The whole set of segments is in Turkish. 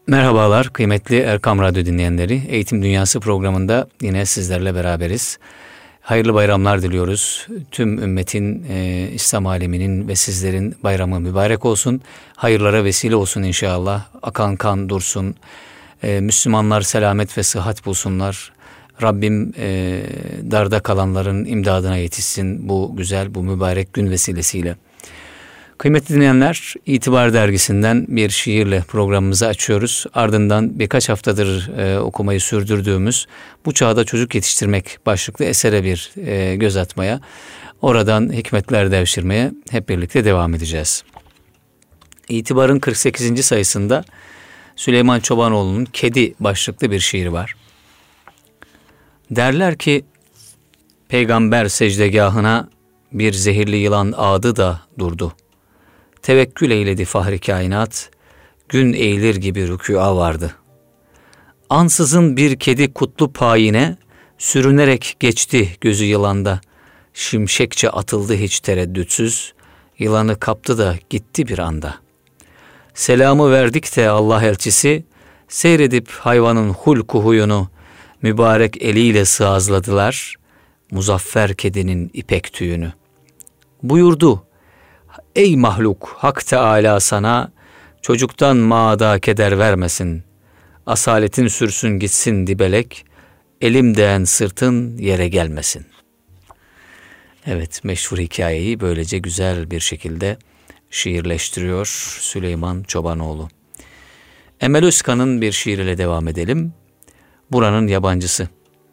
Merhabalar kıymetli Erkam Radyo dinleyenleri. Eğitim Dünyası programında yine sizlerle beraberiz. Hayırlı bayramlar diliyoruz. Tüm ümmetin, İslam aleminin ve sizlerin bayramı mübarek olsun. Hayırlara vesile olsun inşallah. Akan kan dursun. Müslümanlar selamet ve sıhhat bulsunlar. Rabbim darda kalanların imdadına yetişsin bu güzel, bu mübarek gün vesilesiyle. Kıymetli dinleyenler, İtibar Dergisi'nden bir şiirle programımızı açıyoruz. Ardından birkaç haftadır okumayı sürdürdüğümüz Bu Çağda Çocuk Yetiştirmek başlıklı esere bir göz atmaya, oradan hikmetler devşirmeye hep birlikte devam edeceğiz. İtibar'ın 48. sayısında Süleyman Çobanoğlu'nun Kedi başlıklı bir şiiri var. Derler ki, peygamber secdegahına bir zehirli yılan ağdı da durdu. Tevekkül eyledi fahri kainat, gün eğilir gibi rükûa vardı. Ansızın bir kedi kutlu payine, sürünerek geçti gözü yılanda. Şimşekçe atıldı hiç tereddütsüz, yılanı kaptı da gitti bir anda. Selamı verdik de Allah elçisi, seyredip hayvanın hulku huyunu, mübarek eliyle sığazladılar, muzaffer kedinin ipek tüyünü. Buyurdu, ey mahluk, Hak Teâlâ sana çocuktan maada keder vermesin. Asaletin sürsün gitsin dibelek, elim değen sırtın yere gelmesin. Evet, meşhur hikayeyi böylece güzel bir şekilde şiirleştiriyor Süleyman Çobanoğlu. Emel Özkan'ın bir şiiriyle devam edelim. Buranın yabancısı.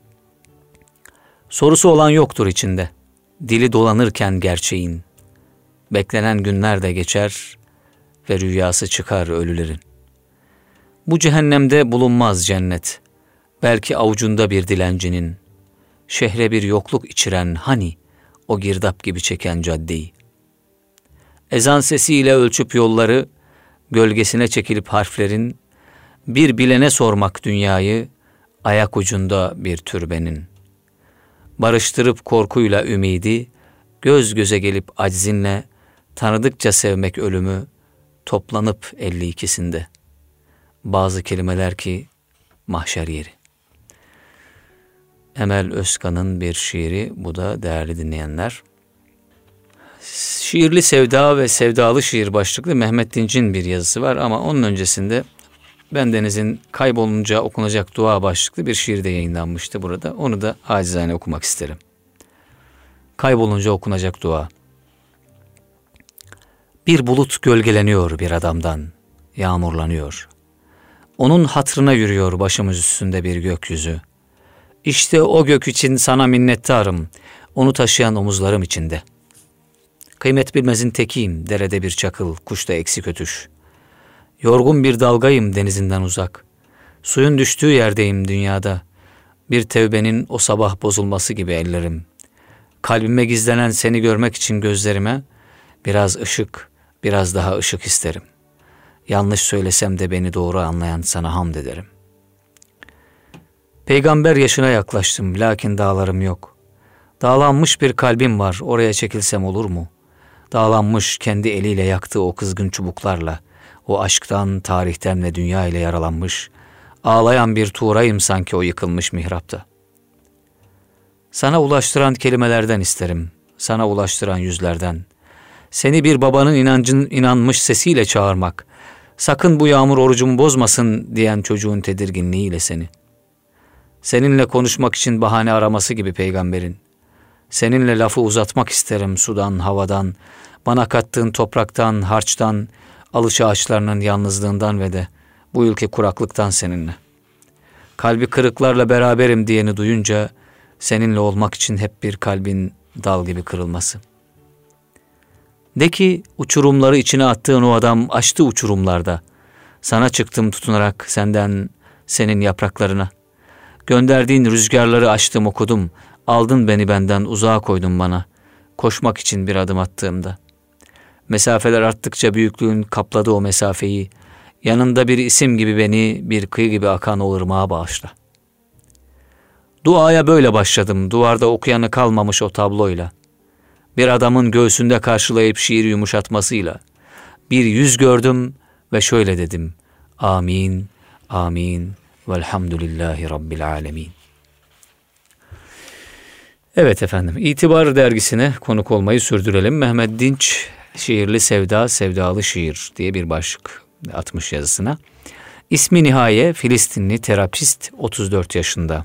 Sorusu olan yoktur içinde, dili dolanırken gerçeğin. Beklenen günler de geçer ve rüyası çıkar ölülerin. Bu cehennemde bulunmaz cennet, belki avucunda bir dilencinin. Şehre bir yokluk içiren hani o girdap gibi çeken caddeyi. Ezan sesiyle ölçüp yolları, gölgesine çekilip harflerin, bir bilene sormak dünyayı, ayak ucunda bir türbenin. Barıştırıp korkuyla ümidi, göz göze gelip aczinle, tanıdıkça sevmek ölümü, toplanıp 52'sinde. Bazı kelimeler ki mahşer yeri. Emel Özkan'ın bir şiiri bu da değerli dinleyenler. Şiirli Sevda ve Sevdalı Şiir başlıklı Mehmet Dinç'in bir yazısı var ama onun öncesinde Bendeniz'in Kaybolunca Okunacak Dua başlıklı bir şiir de yayınlanmıştı burada. Onu da acizane okumak isterim. Kaybolunca okunacak dua. Bir bulut gölgeleniyor bir adamdan, yağmurlanıyor. Onun hatrına yürüyor başımız üstünde bir gökyüzü. İşte o gök için sana minnettarım, onu taşıyan omuzlarım içinde. Kıymet bilmezin tekiyim, derede bir çakıl, kuşta eksik ötüş. Yorgun bir dalgayım denizinden uzak. Suyun düştüğü yerdeyim dünyada. Bir tevbenin o sabah bozulması gibi ellerim. Kalbime gizlenen seni görmek için gözlerime biraz ışık, biraz daha ışık isterim. Yanlış söylesem de beni doğru anlayan sana hamd ederim. Peygamber yaşına yaklaştım, lakin dağlarım yok. Dağlanmış bir kalbim var, oraya çekilsem olur mu? Dağlanmış, kendi eliyle yaktığı o kızgın çubuklarla, o aşktan, tarihten ve dünya ile yaralanmış, ağlayan bir tuğrayım sanki o yıkılmış mihrapta. Sana ulaştıran kelimelerden isterim, sana ulaştıran yüzlerden. Seni bir babanın inanmış sesiyle çağırmak, sakın bu yağmur orucumu bozmasın diyen çocuğun tedirginliğiyle seni. Seninle konuşmak için bahane araması gibi peygamberin. Seninle lafı uzatmak isterim sudan, havadan, bana kattığın topraktan, harçtan, alış ağaçlarının yalnızlığından ve de bu ülke kuraklıktan seninle. Kalbi kırıklarla beraberim diyeni duyunca, seninle olmak için hep bir kalbin dal gibi kırılması. De ki uçurumları içine attığın o adam açtı uçurumlarda. Sana çıktım tutunarak senden, senin yapraklarına. Gönderdiğin rüzgarları açtım okudum. Aldın beni benden uzağa koydun bana. Koşmak için bir adım attığımda. Mesafeler arttıkça büyüklüğün kapladı o mesafeyi. Yanında bir isim gibi beni bir kıyı gibi akan o ırmağa bağışla. Duaya böyle başladım. Duvarda okuyanı kalmamış o tabloyla. Bir adamın göğsünde karşılayıp şiiri yumuşatmasıyla. Bir yüz gördüm ve şöyle dedim. Amin, Amin. Velhamdülillahi Rabbil alemin. Evet efendim, İtibar dergisine konuk olmayı sürdürelim. Mehmet Dinç, Şiirli Sevda, Sevdalı Şiir diye bir başlık atmış yazısına. İsmi Nihaye, Filistinli terapist, 34 yaşında.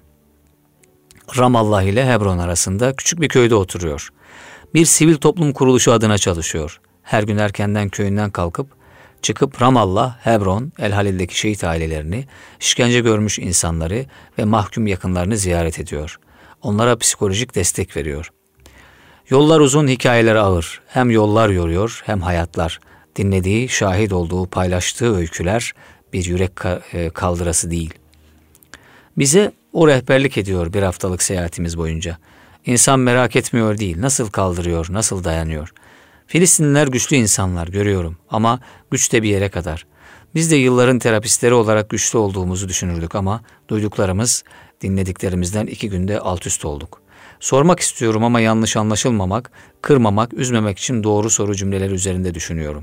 Ramallah ile Hebron arasında küçük bir köyde oturuyor. Bir sivil toplum kuruluşu adına çalışıyor. Her gün erkenden köyünden çıkıp Ramallah, Hebron, El Halil'deki şehit ailelerini, işkence görmüş insanları ve mahkum yakınlarını ziyaret ediyor. Onlara psikolojik destek veriyor. Yollar uzun, hikayeler ağır. Hem yollar yoruyor hem hayatlar. Dinlediği, şahit olduğu, paylaştığı öyküler bir yürek kaldırası değil. Bize o rehberlik ediyor bir haftalık seyahatimiz boyunca. İnsan merak etmiyor değil, nasıl kaldırıyor, nasıl dayanıyor. Filistinliler güçlü insanlar, görüyorum, ama güç de bir yere kadar. Biz de yılların terapistleri olarak güçlü olduğumuzu düşünürdük ama duyduklarımız, dinlediklerimizden 2 günde alt üst olduk. Sormak istiyorum ama yanlış anlaşılmamak, kırmamak, üzmemek için doğru soru cümleleri üzerinde düşünüyorum.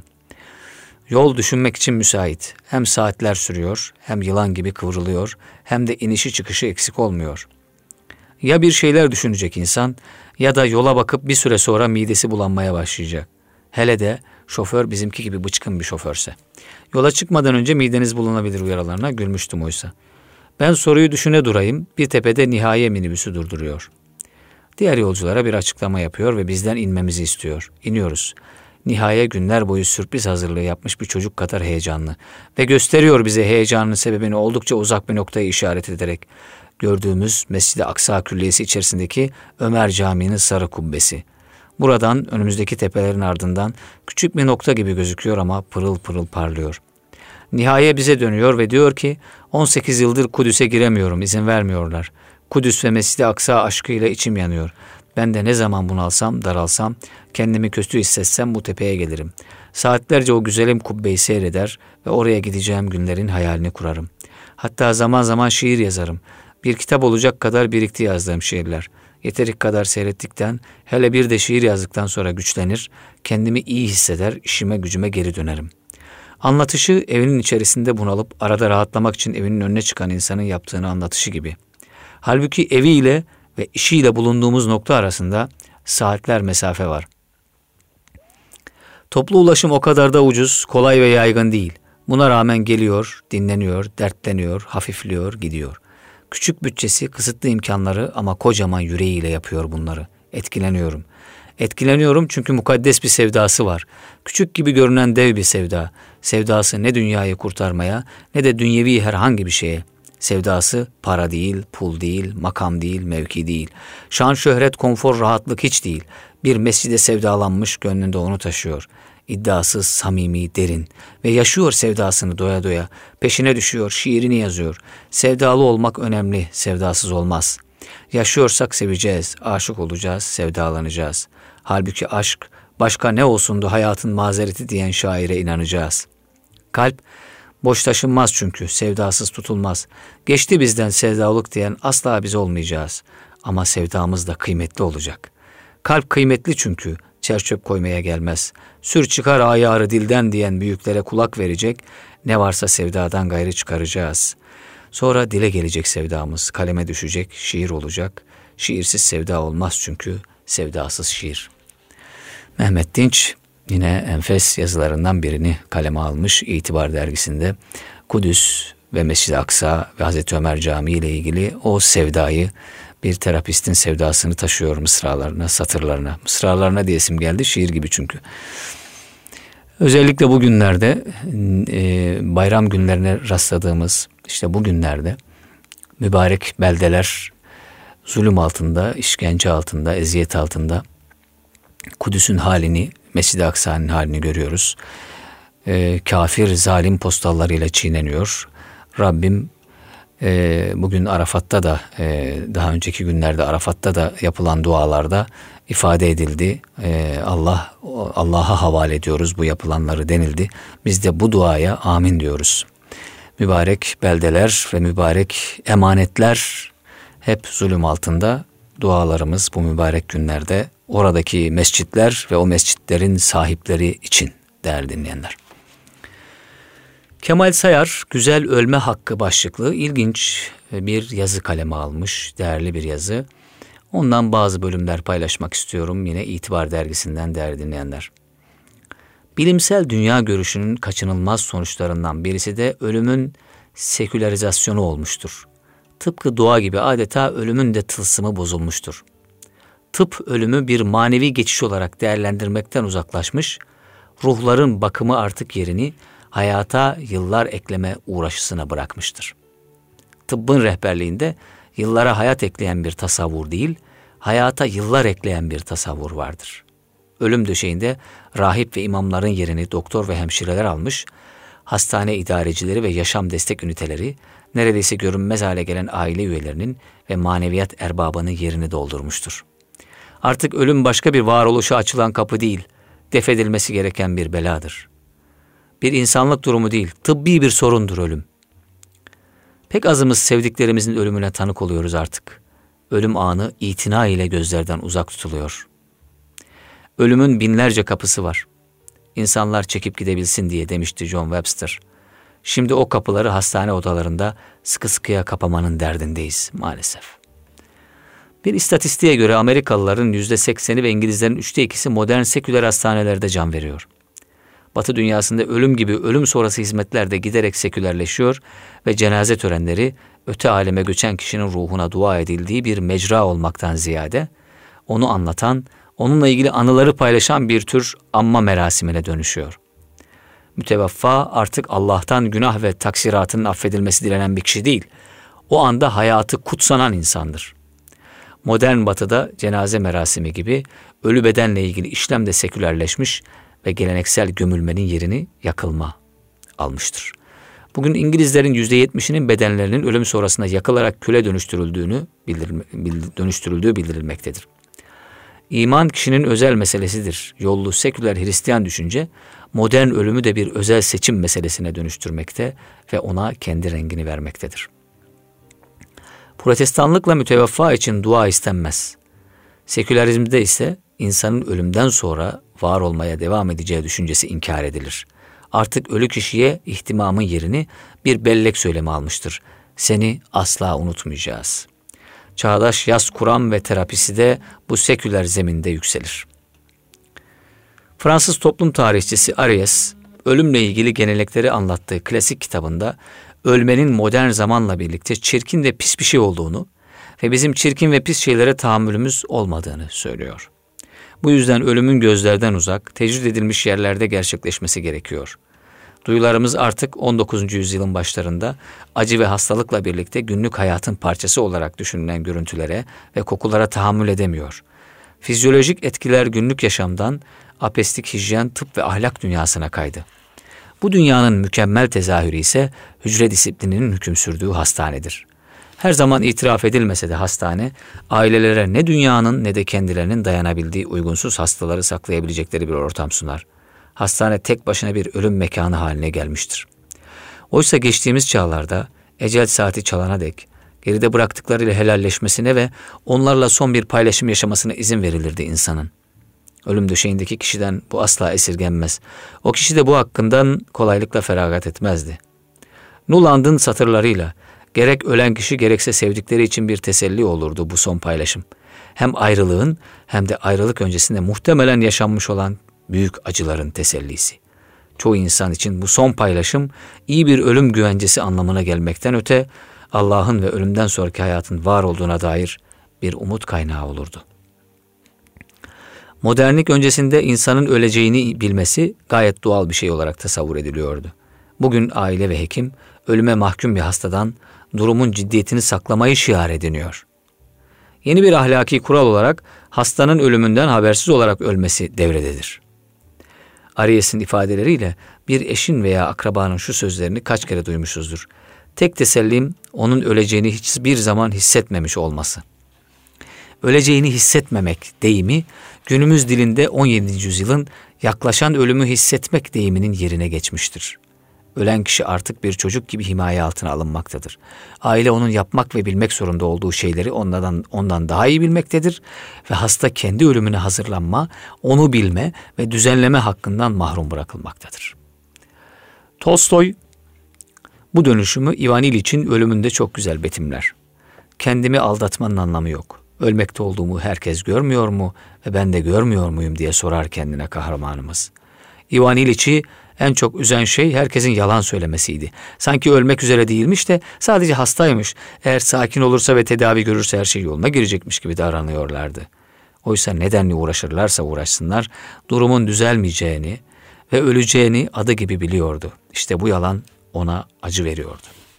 Yol düşünmek için müsait. Hem saatler sürüyor, hem yılan gibi kıvrılıyor, hem de inişi çıkışı eksik olmuyor. Ya bir şeyler düşünecek insan ya da yola bakıp bir süre sonra midesi bulanmaya başlayacak. Hele de şoför bizimki gibi bıçkın bir şoförse. Yola çıkmadan önce mideniz bulanabilir uyarılarına gülmüştüm oysa. Ben soruyu düşüne durayım, bir tepede Nihaye minibüsü durduruyor. Diğer yolculara bir açıklama yapıyor ve bizden inmemizi istiyor. İniyoruz. Nihaye günler boyu sürpriz hazırlığı yapmış bir çocuk kadar heyecanlı ve gösteriyor bize heyecanının sebebini oldukça uzak bir noktaya işaret ederek. Gördüğümüz Mescid-i Aksa Külliyesi içerisindeki Ömer Camii'nin sarı kubbesi. Buradan önümüzdeki tepelerin ardından küçük bir nokta gibi gözüküyor ama pırıl pırıl parlıyor. Nihaye bize dönüyor ve diyor ki 18 yıldır Kudüs'e giremiyorum, izin vermiyorlar. Kudüs ve Mescid-i Aksa aşkıyla içim yanıyor. Ben de ne zaman bunalsam, daralsam, kendimi kötü hissetsem bu tepeye gelirim. Saatlerce o güzelim kubbeyi seyreder ve oraya gideceğim günlerin hayalini kurarım. Hatta zaman zaman şiir yazarım. Bir kitap olacak kadar birikti yazdığım şiirler. Yeteri kadar seyrettikten, hele bir de şiir yazdıktan sonra güçlenir, kendimi iyi hisseder, işime gücüme geri dönerim. Anlatışı evinin içerisinde bunalıp arada rahatlamak için evinin önüne çıkan insanın yaptığını anlatışı gibi. Halbuki eviyle ve işiyle bulunduğumuz nokta arasında saatler mesafe var. Toplu ulaşım o kadar da ucuz, kolay ve yaygın değil. Buna rağmen geliyor, dinleniyor, dertleniyor, hafifliyor, gidiyor. Küçük bütçesi, kısıtlı imkanları ama kocaman yüreğiyle yapıyor bunları. Etkileniyorum. Etkileniyorum çünkü mukaddes bir sevdası var. Küçük gibi görünen dev bir sevda. Sevdası ne dünyayı kurtarmaya ne de dünyevi herhangi bir şeye. Sevdası para değil, pul değil, makam değil, mevki değil. Şan, şöhret, konfor, rahatlık hiç değil. Bir mescide sevdalanmış, gönlünde onu taşıyor. İddiasız, samimi, derin ve yaşıyor sevdasını doya doya. Peşine düşüyor, şiirini yazıyor. Sevdalı olmak önemli, sevdasız olmaz. Yaşıyorsak seveceğiz, aşık olacağız, sevdalanacağız. Halbuki aşk, başka ne olsundu hayatın mazereti diyen şaire inanacağız. Kalp, boş taşınmaz çünkü, sevdasız tutulmaz. Geçti bizden sevdalık diyen asla biz olmayacağız. Ama sevdamız da kıymetli olacak. Kalp kıymetli çünkü, çerçöp koymaya gelmez. Sür çıkar ayarı dilden diyen büyüklere kulak verecek, ne varsa sevdadan gayrı çıkaracağız. Sonra dile gelecek sevdamız, kaleme düşecek, şiir olacak. Şiirsiz sevda olmaz çünkü, sevdasız şiir. Mehmet Dinç yine enfes yazılarından birini kaleme almış İtibar dergisinde. Kudüs ve Mescid-i Aksa ve Hazreti Ömer Camii ile ilgili o sevdayı, bir terapistin sevdasını taşıyor mısralarına, satırlarına. Mısralarına diyesim geldi, şiir gibi çünkü. Özellikle bugünlerde bayram günlerine rastladığımız işte bu günlerde mübarek beldeler zulüm altında, işkence altında, eziyet altında. Kudüs'ün halini, Mescid-i Aksa'nın halini görüyoruz. Kafir, zalim postallarıyla çiğneniyor. Rabbim bugün Arafat'ta da, daha önceki günlerde Arafat'ta da yapılan dualarda ifade edildi. Allah'a havale ediyoruz bu yapılanları denildi. Biz de bu duaya amin diyoruz. Mübarek beldeler ve mübarek emanetler hep zulüm altında. Dualarımız bu mübarek günlerde oradaki mescitler ve o mescitlerin sahipleri için değerli dinleyenler. Kemal Sayar, Güzel Ölme Hakkı başlıklı ilginç bir yazı kaleme almış, değerli bir yazı. Ondan bazı bölümler paylaşmak istiyorum yine İtibar Dergisi'nden değerli dinleyenler. Bilimsel dünya görüşünün kaçınılmaz sonuçlarından birisi de ölümün sekülerizasyonu olmuştur. Tıpkı doğa gibi adeta ölümün de tılsımı bozulmuştur. Tıp ölümü bir manevi geçiş olarak değerlendirmekten uzaklaşmış, ruhların bakımı artık yerini hayata yıllar ekleme uğraşısına bırakmıştır. Tıbbın rehberliğinde yıllara hayat ekleyen bir tasavvur değil, hayata yıllar ekleyen bir tasavvur vardır. Ölüm döşeğinde rahip ve imamların yerini doktor ve hemşireler almış, hastane idarecileri ve yaşam destek üniteleri neredeyse görünmez hale gelen aile üyelerinin ve maneviyat erbabının yerini doldurmuştur. Artık ölüm başka bir varoluşa açılan kapı değil, def edilmesi gereken bir beladır. Bir insanlık durumu değil, tıbbi bir sorundur ölüm. Pek azımız sevdiklerimizin ölümüne tanık oluyoruz artık. Ölüm anı itina ile gözlerden uzak tutuluyor. Ölümün binlerce kapısı var. İnsanlar çekip gidebilsin diye demişti John Webster. Şimdi o kapıları hastane odalarında sıkı sıkıya kapamanın derdindeyiz maalesef. Bir istatistiğe göre Amerikalıların %80'i ve İngilizlerin 2/3'ü modern seküler hastanelerde can veriyor. Batı dünyasında ölüm gibi ölüm sonrası hizmetler de giderek sekülerleşiyor ve cenaze törenleri öte aleme göçen kişinin ruhuna dua edildiği bir mecra olmaktan ziyade onu anlatan, onunla ilgili anıları paylaşan bir tür anma merasimine dönüşüyor. Müteveffa artık Allah'tan günah ve taksiratının affedilmesi dilenen bir kişi değil, o anda hayatı kutsanan insandır. Modern batıda cenaze merasimi gibi ölü bedenle ilgili işlem de sekülerleşmiş ve geleneksel gömülmenin yerini yakılma almıştır. Bugün İngilizlerin %70'inin bedenlerinin ölüm sonrasında yakılarak küle dönüştürüldüğü bildirilmektedir. İman kişinin özel meselesidir. Yollu seküler Hristiyan düşünce modern ölümü de bir özel seçim meselesine dönüştürmekte ve ona kendi rengini vermektedir. Protestanlıkla müteveffa için dua istenmez. Sekülerizmde ise insanın ölümden sonra var olmaya devam edeceği düşüncesi inkar edilir. Artık ölü kişiye ihtimamın yerini bir bellek söylemi almıştır. Seni asla unutmayacağız. Çağdaş yaz kuram ve terapisi de bu seküler zeminde yükselir. Fransız toplum tarihçisi Ariès, ölümle ilgili gelenekleri anlattığı klasik kitabında ölmenin modern zamanla birlikte çirkin ve pis bir şey olduğunu ve bizim çirkin ve pis şeylere tahammülümüz olmadığını söylüyor. Bu yüzden ölümün gözlerden uzak, tecrid edilmiş yerlerde gerçekleşmesi gerekiyor. Duyularımız artık 19. yüzyılın başlarında acı ve hastalıkla birlikte günlük hayatın parçası olarak düşünülen görüntülere ve kokulara tahammül edemiyor. Fizyolojik etkiler günlük yaşamdan apestik hijyen, tıp ve ahlak dünyasına kaydı. Bu dünyanın mükemmel tezahürü ise hücre disiplininin hüküm sürdüğü hastanedir. Her zaman itiraf edilmese de hastane, ailelere ne dünyanın ne de kendilerinin dayanabildiği uygunsuz hastaları saklayabilecekleri bir ortam sunar. Hastane tek başına bir ölüm mekanı haline gelmiştir. Oysa geçtiğimiz çağlarda ecel saati çalana dek geride bıraktıklarıyla helalleşmesine ve onlarla son bir paylaşım yaşamasına izin verilirdi insanın. Ölüm döşeğindeki kişiden bu asla esirgenmez. O kişi de bu hakkından kolaylıkla feragat etmezdi. Nuland'ın satırlarıyla gerek ölen kişi gerekse sevdikleri için bir teselli olurdu bu son paylaşım. Hem ayrılığın hem de ayrılık öncesinde muhtemelen yaşanmış olan büyük acıların tesellisi. Çoğu insan için bu son paylaşım iyi bir ölüm güvencesi anlamına gelmekten öte Allah'ın ve ölümden sonraki hayatın var olduğuna dair bir umut kaynağı olurdu. Modernlik öncesinde insanın öleceğini bilmesi gayet doğal bir şey olarak tasavvur ediliyordu. Bugün aile ve hekim ölüme mahkum bir hastadan durumun ciddiyetini saklamayı şiar ediniyor. Yeni bir ahlaki kural olarak hastanın ölümünden habersiz olarak ölmesi devrededir. Aries'in ifadeleriyle bir eşin veya akrabanın şu sözlerini kaç kere duymuşuzdur. Tek tesellim onun öleceğini hiçbir zaman hissetmemiş olması. Öleceğini hissetmemek deyimi günümüz dilinde 17. yüzyılın yaklaşan ölümü hissetmek deyiminin yerine geçmiştir. Ölen kişi artık bir çocuk gibi himaye altına alınmaktadır. Aile onun yapmak ve bilmek zorunda olduğu şeyleri ondan daha iyi bilmektedir ve hasta kendi ölümüne hazırlanma, onu bilme ve düzenleme hakkından mahrum bırakılmaktadır. Tolstoy, Bu dönüşümü Ivan İliç'in ölümünde çok güzel betimler. Kendimi aldatmanın anlamı yok. Ölmekte olduğumu herkes görmüyor mu ve ben de görmüyor muyum diye sorar kendine kahramanımız. Ivan İliç'i en çok üzen şey herkesin yalan söylemesiydi. Sanki ölmek üzere değilmiş de sadece hastaymış. Eğer sakin olursa ve tedavi görürse her şey yoluna girecekmiş gibi davranıyorlardı. Oysa nedenle uğraşırlarsa uğraşsınlar durumun düzelmeyeceğini ve öleceğini adı gibi biliyordu. İşte bu yalan ona acı veriyordu.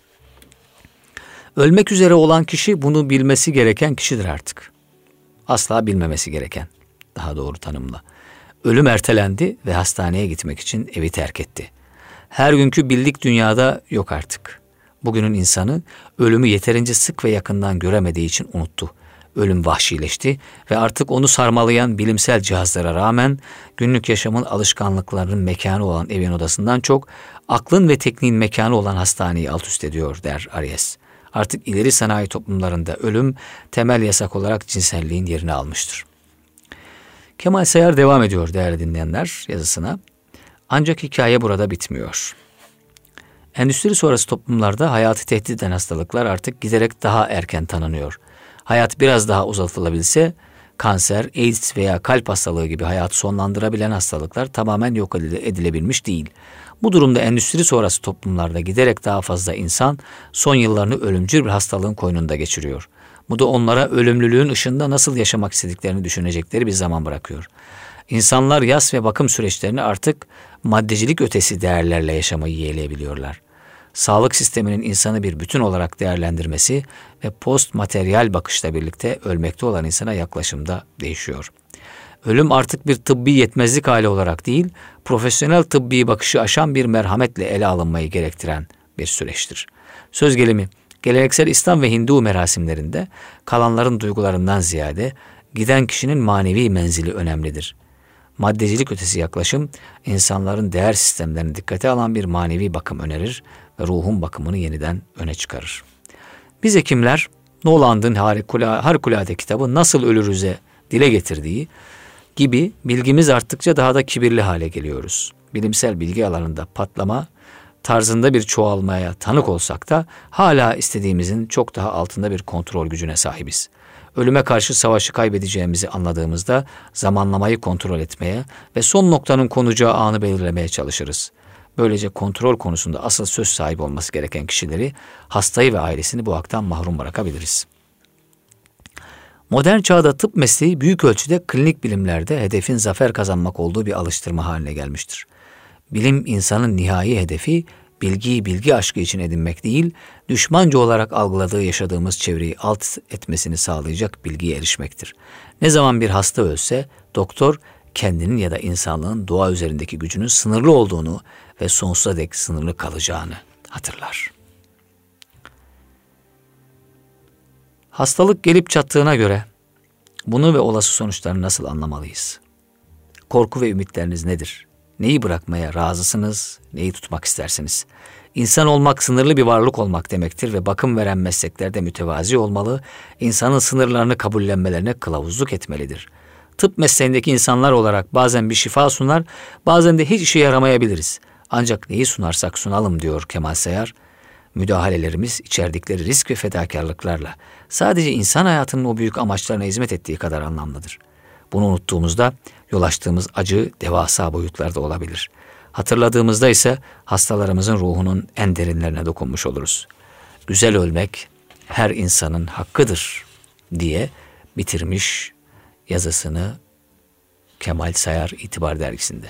Ölmek üzere olan kişi bunu bilmesi gereken kişidir artık. Asla bilmemesi gereken, daha doğru tanımla. Ölüm ertelendi ve hastaneye gitmek için evi terk etti. Her günkü bildik dünyada yok artık. Bugünün insanı ölümü yeterince sık ve yakından göremediği için unuttu. Ölüm vahşileşti ve artık onu sarmalayan bilimsel cihazlara rağmen günlük yaşamın alışkanlıklarının mekanı olan evin odasından çok aklın ve tekniğin mekanı olan hastaneyi alt üst ediyor der Aries. Artık ileri sanayi toplumlarında ölüm temel yasak olarak cinselliğin yerini almıştır. Kemal Sayar devam ediyor değerli dinleyenler yazısına. Ancak hikaye burada bitmiyor. Endüstri sonrası toplumlarda hayatı tehdit eden hastalıklar artık giderek daha erken tanınıyor. Hayat biraz daha uzatılabilse kanser, AIDS veya kalp hastalığı gibi hayatı sonlandırabilen hastalıklar tamamen yok edilebilmiş değil. Bu durumda endüstri sonrası toplumlarda giderek daha fazla insan son yıllarını ölümcül bir hastalığın koynunda geçiriyor. Bu da onlara ölümlülüğün ışığında nasıl yaşamak istediklerini düşünecekleri bir zaman bırakıyor. İnsanlar yas ve bakım süreçlerini artık maddecilik ötesi değerlerle yaşamayı yeğleyebiliyorlar. Sağlık sisteminin insanı bir bütün olarak değerlendirmesi ve post materyal bakışla birlikte ölmekte olan insana yaklaşımda değişiyor. Ölüm artık bir tıbbi yetmezlik hali olarak değil, profesyonel tıbbi bakışı aşan bir merhametle ele alınmayı gerektiren bir süreçtir. Söz gelimi, geleneksel İslam ve Hindu merasimlerinde kalanların duygularından ziyade giden kişinin manevi menzili önemlidir. Maddecilik ötesi yaklaşım, insanların değer sistemlerini dikkate alan bir manevi bakım önerir ve ruhun bakımını yeniden öne çıkarır. Biz hekimler, Noland'ın Harikulade kitabı Nasıl Ölürüz'e dile getirdiği gibi bilgimiz arttıkça daha da kibirli hale geliyoruz. Bilimsel bilgi alanında patlama tarzında bir çoğalmaya tanık olsak da hala istediğimizin çok daha altında bir kontrol gücüne sahibiz. Ölüme karşı savaşı kaybedeceğimizi anladığımızda zamanlamayı kontrol etmeye ve son noktanın konacağı anı belirlemeye çalışırız. Böylece kontrol konusunda asıl söz sahibi olması gereken kişileri, hastayı ve ailesini bu haktan mahrum bırakabiliriz. Modern çağda tıp mesleği büyük ölçüde klinik bilimlerde hedefin zafer kazanmak olduğu bir alıştırma haline gelmiştir. Bilim insanın nihai hedefi bilgiyi bilgi aşkı için edinmek değil, düşmanca olarak algıladığı yaşadığımız çevreyi alt etmesini sağlayacak bilgiye erişmektir. Ne zaman bir hasta ölse doktor kendinin ya da insanlığın doğa üzerindeki gücünün sınırlı olduğunu ve sonsuza dek sınırlı kalacağını hatırlar. Hastalık gelip çattığına göre bunu ve olası sonuçlarını nasıl anlamalıyız? Korku ve ümitleriniz nedir? Neyi bırakmaya razısınız, neyi tutmak istersiniz? İnsan olmak sınırlı bir varlık olmak demektir ve bakım veren mesleklerde mütevazi olmalı, insanın sınırlarını kabullenmelerine kılavuzluk etmelidir. Tıp mesleğindeki insanlar olarak bazen bir şifa sunar, bazen de hiç işe yaramayabiliriz. Ancak neyi sunarsak sunalım diyor Kemal Sayar, müdahalelerimiz içerdikleri risk ve fedakarlıklarla sadece insan hayatının o büyük amaçlarına hizmet ettiği kadar anlamlıdır. Bunu unuttuğumuzda yol açtığımız acı devasa boyutlarda olabilir. Hatırladığımızda ise hastalarımızın ruhunun en derinlerine dokunmuş oluruz. Güzel ölmek her insanın hakkıdır diye bitirmiş yazısını Kemal Sayar İtibar Dergisi'nde.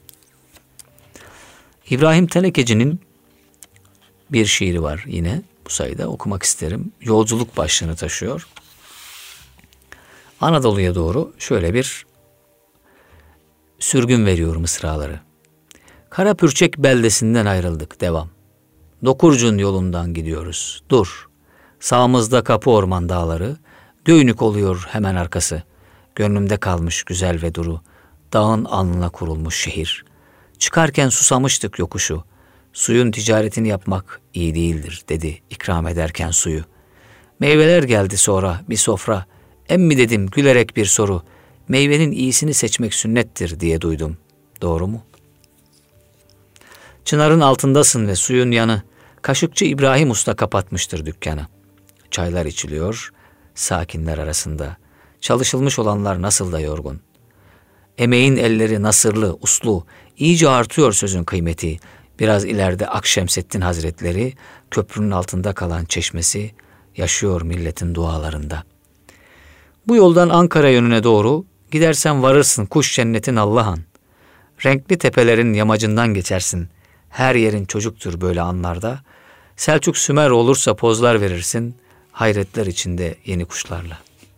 İbrahim Tenekeci'nin bir şiiri var yine bu sayıda okumak isterim. Yolculuk başlığını taşıyor. Anadolu'ya doğru şöyle bir sürgün veriyor mısraları. Karapürçek beldesinden ayrıldık, devam. Dokurcun yolundan gidiyoruz, dur. Sağımızda kapı orman dağları, Göynük oluyor hemen arkası. Gönlümde kalmış güzel ve duru, dağın alnına kurulmuş şehir. Çıkarken susamıştık yokuşu, suyun ticaretini yapmak iyi değildir dedi ikram ederken suyu. Meyveler geldi sonra bir sofra, emmi dedim gülerek bir soru, meyvenin iyisini seçmek sünnettir diye duydum. Doğru mu? Çınarın altındasın ve suyun yanı, Kaşıkçı İbrahim Usta kapatmıştır dükkanı. Çaylar içiliyor, sakinler arasında. Çalışılmış olanlar nasıl da yorgun. Emeğin elleri nasırlı, uslu, iyice artıyor sözün kıymeti. Biraz ileride Akşemseddin Hazretleri, köprünün altında kalan çeşmesi, yaşıyor milletin dualarında. Bu yoldan Ankara yönüne doğru gidersen varırsın kuş cennetin Allah'an. Renkli tepelerin yamacından geçersin. Her yerin çocuktur böyle anlarda. Selçuk Sümer olursa pozlar verirsin, hayretler içinde yeni kuşlarla.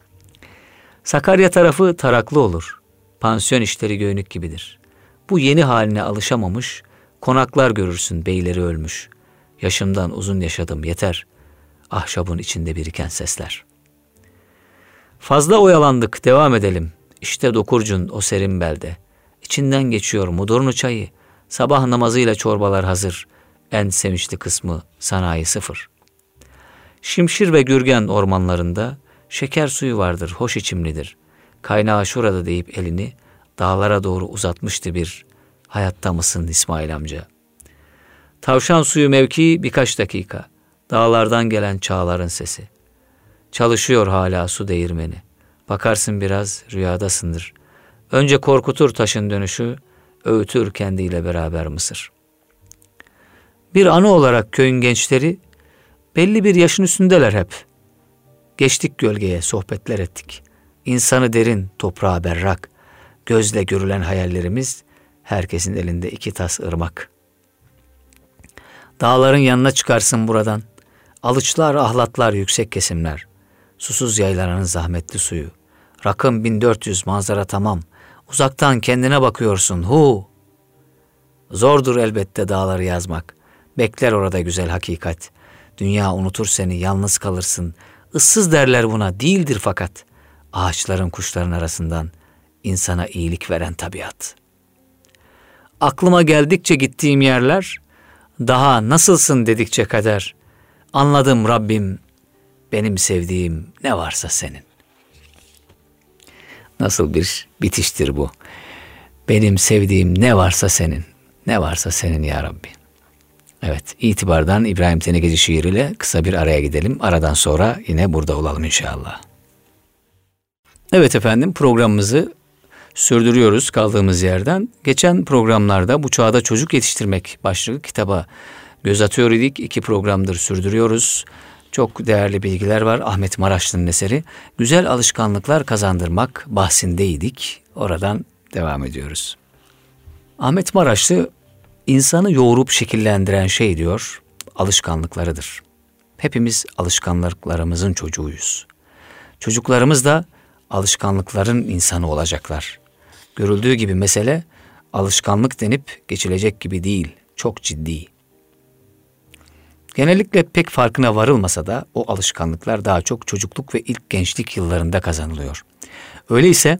Sakarya tarafı taraklı olur. Pansiyon işleri göynük gibidir. Bu yeni haline alışamamış, konaklar görürsün beyleri ölmüş. Yaşımdan uzun yaşadım yeter. Ahşabın içinde biriken sesler. Fazla oyalandık, devam edelim. İşte Dokurcun o serin belde. İçinden geçiyor Mudurnu çayı. Sabah namazıyla çorbalar hazır. En sevinçli kısmı sanayi sıfır. Şimşir ve Gürgen ormanlarında şeker suyu vardır, hoş içimlidir. Kaynağı şurada deyip elini dağlara doğru uzatmıştı bir. Hayatta mısın İsmail amca? Tavşan suyu mevki birkaç dakika. Dağlardan gelen çağların sesi. Çalışıyor hala su değirmeni. Bakarsın biraz rüyadasındır. Önce korkutur taşın dönüşü, öğütür kendiyle beraber Mısır. Bir anı olarak köyün gençleri belli bir yaşın üstündeler hep. Geçtik gölgeye, sohbetler ettik. İnsanı derin, toprağa berrak. Gözle görülen hayallerimiz, herkesin elinde 2 tas ırmak. Dağların yanına çıkarsın buradan. Alıçlar, ahlatlar, yüksek kesimler. Susuz yaylaranın zahmetli suyu. Rakım 1400, manzara tamam. Uzaktan kendine bakıyorsun, hu! Zordur elbette dağları yazmak. Bekler orada güzel hakikat. Dünya unutur seni, yalnız kalırsın. Issız derler buna, değildir fakat. Ağaçların, kuşların arasından insana iyilik veren tabiat. Aklıma geldikçe gittiğim yerler, daha nasılsın dedikçe kader. Anladım Rabbim, benim sevdiğim ne varsa senin. Nasıl bir bitiştir bu? Benim sevdiğim ne varsa senin. Ne varsa senin ya Rabbi. Evet, itibardan İbrahim Tenekeci şiiriyle kısa bir araya gidelim. Aradan sonra yine burada olalım inşallah. Evet efendim, programımızı sürdürüyoruz kaldığımız yerden. Geçen programlarda bu çağda çocuk yetiştirmek başlıklı kitaba göz atıyor idik. 2 programdır sürdürüyoruz. Çok değerli bilgiler var. Ahmet Maraşlı'nın eseri. Güzel alışkanlıklar kazandırmak bahsindeydik. Oradan devam ediyoruz. Ahmet Maraşlı insanı yoğurup şekillendiren şey diyor, alışkanlıklarıdır. Hepimiz alışkanlıklarımızın çocuğuyuz. Çocuklarımız da alışkanlıkların insanı olacaklar. Görüldüğü gibi mesele alışkanlık denip geçilecek gibi değil, çok ciddi. Genellikle pek farkına varılmasa da o alışkanlıklar daha çok çocukluk ve ilk gençlik yıllarında kazanılıyor. Öyleyse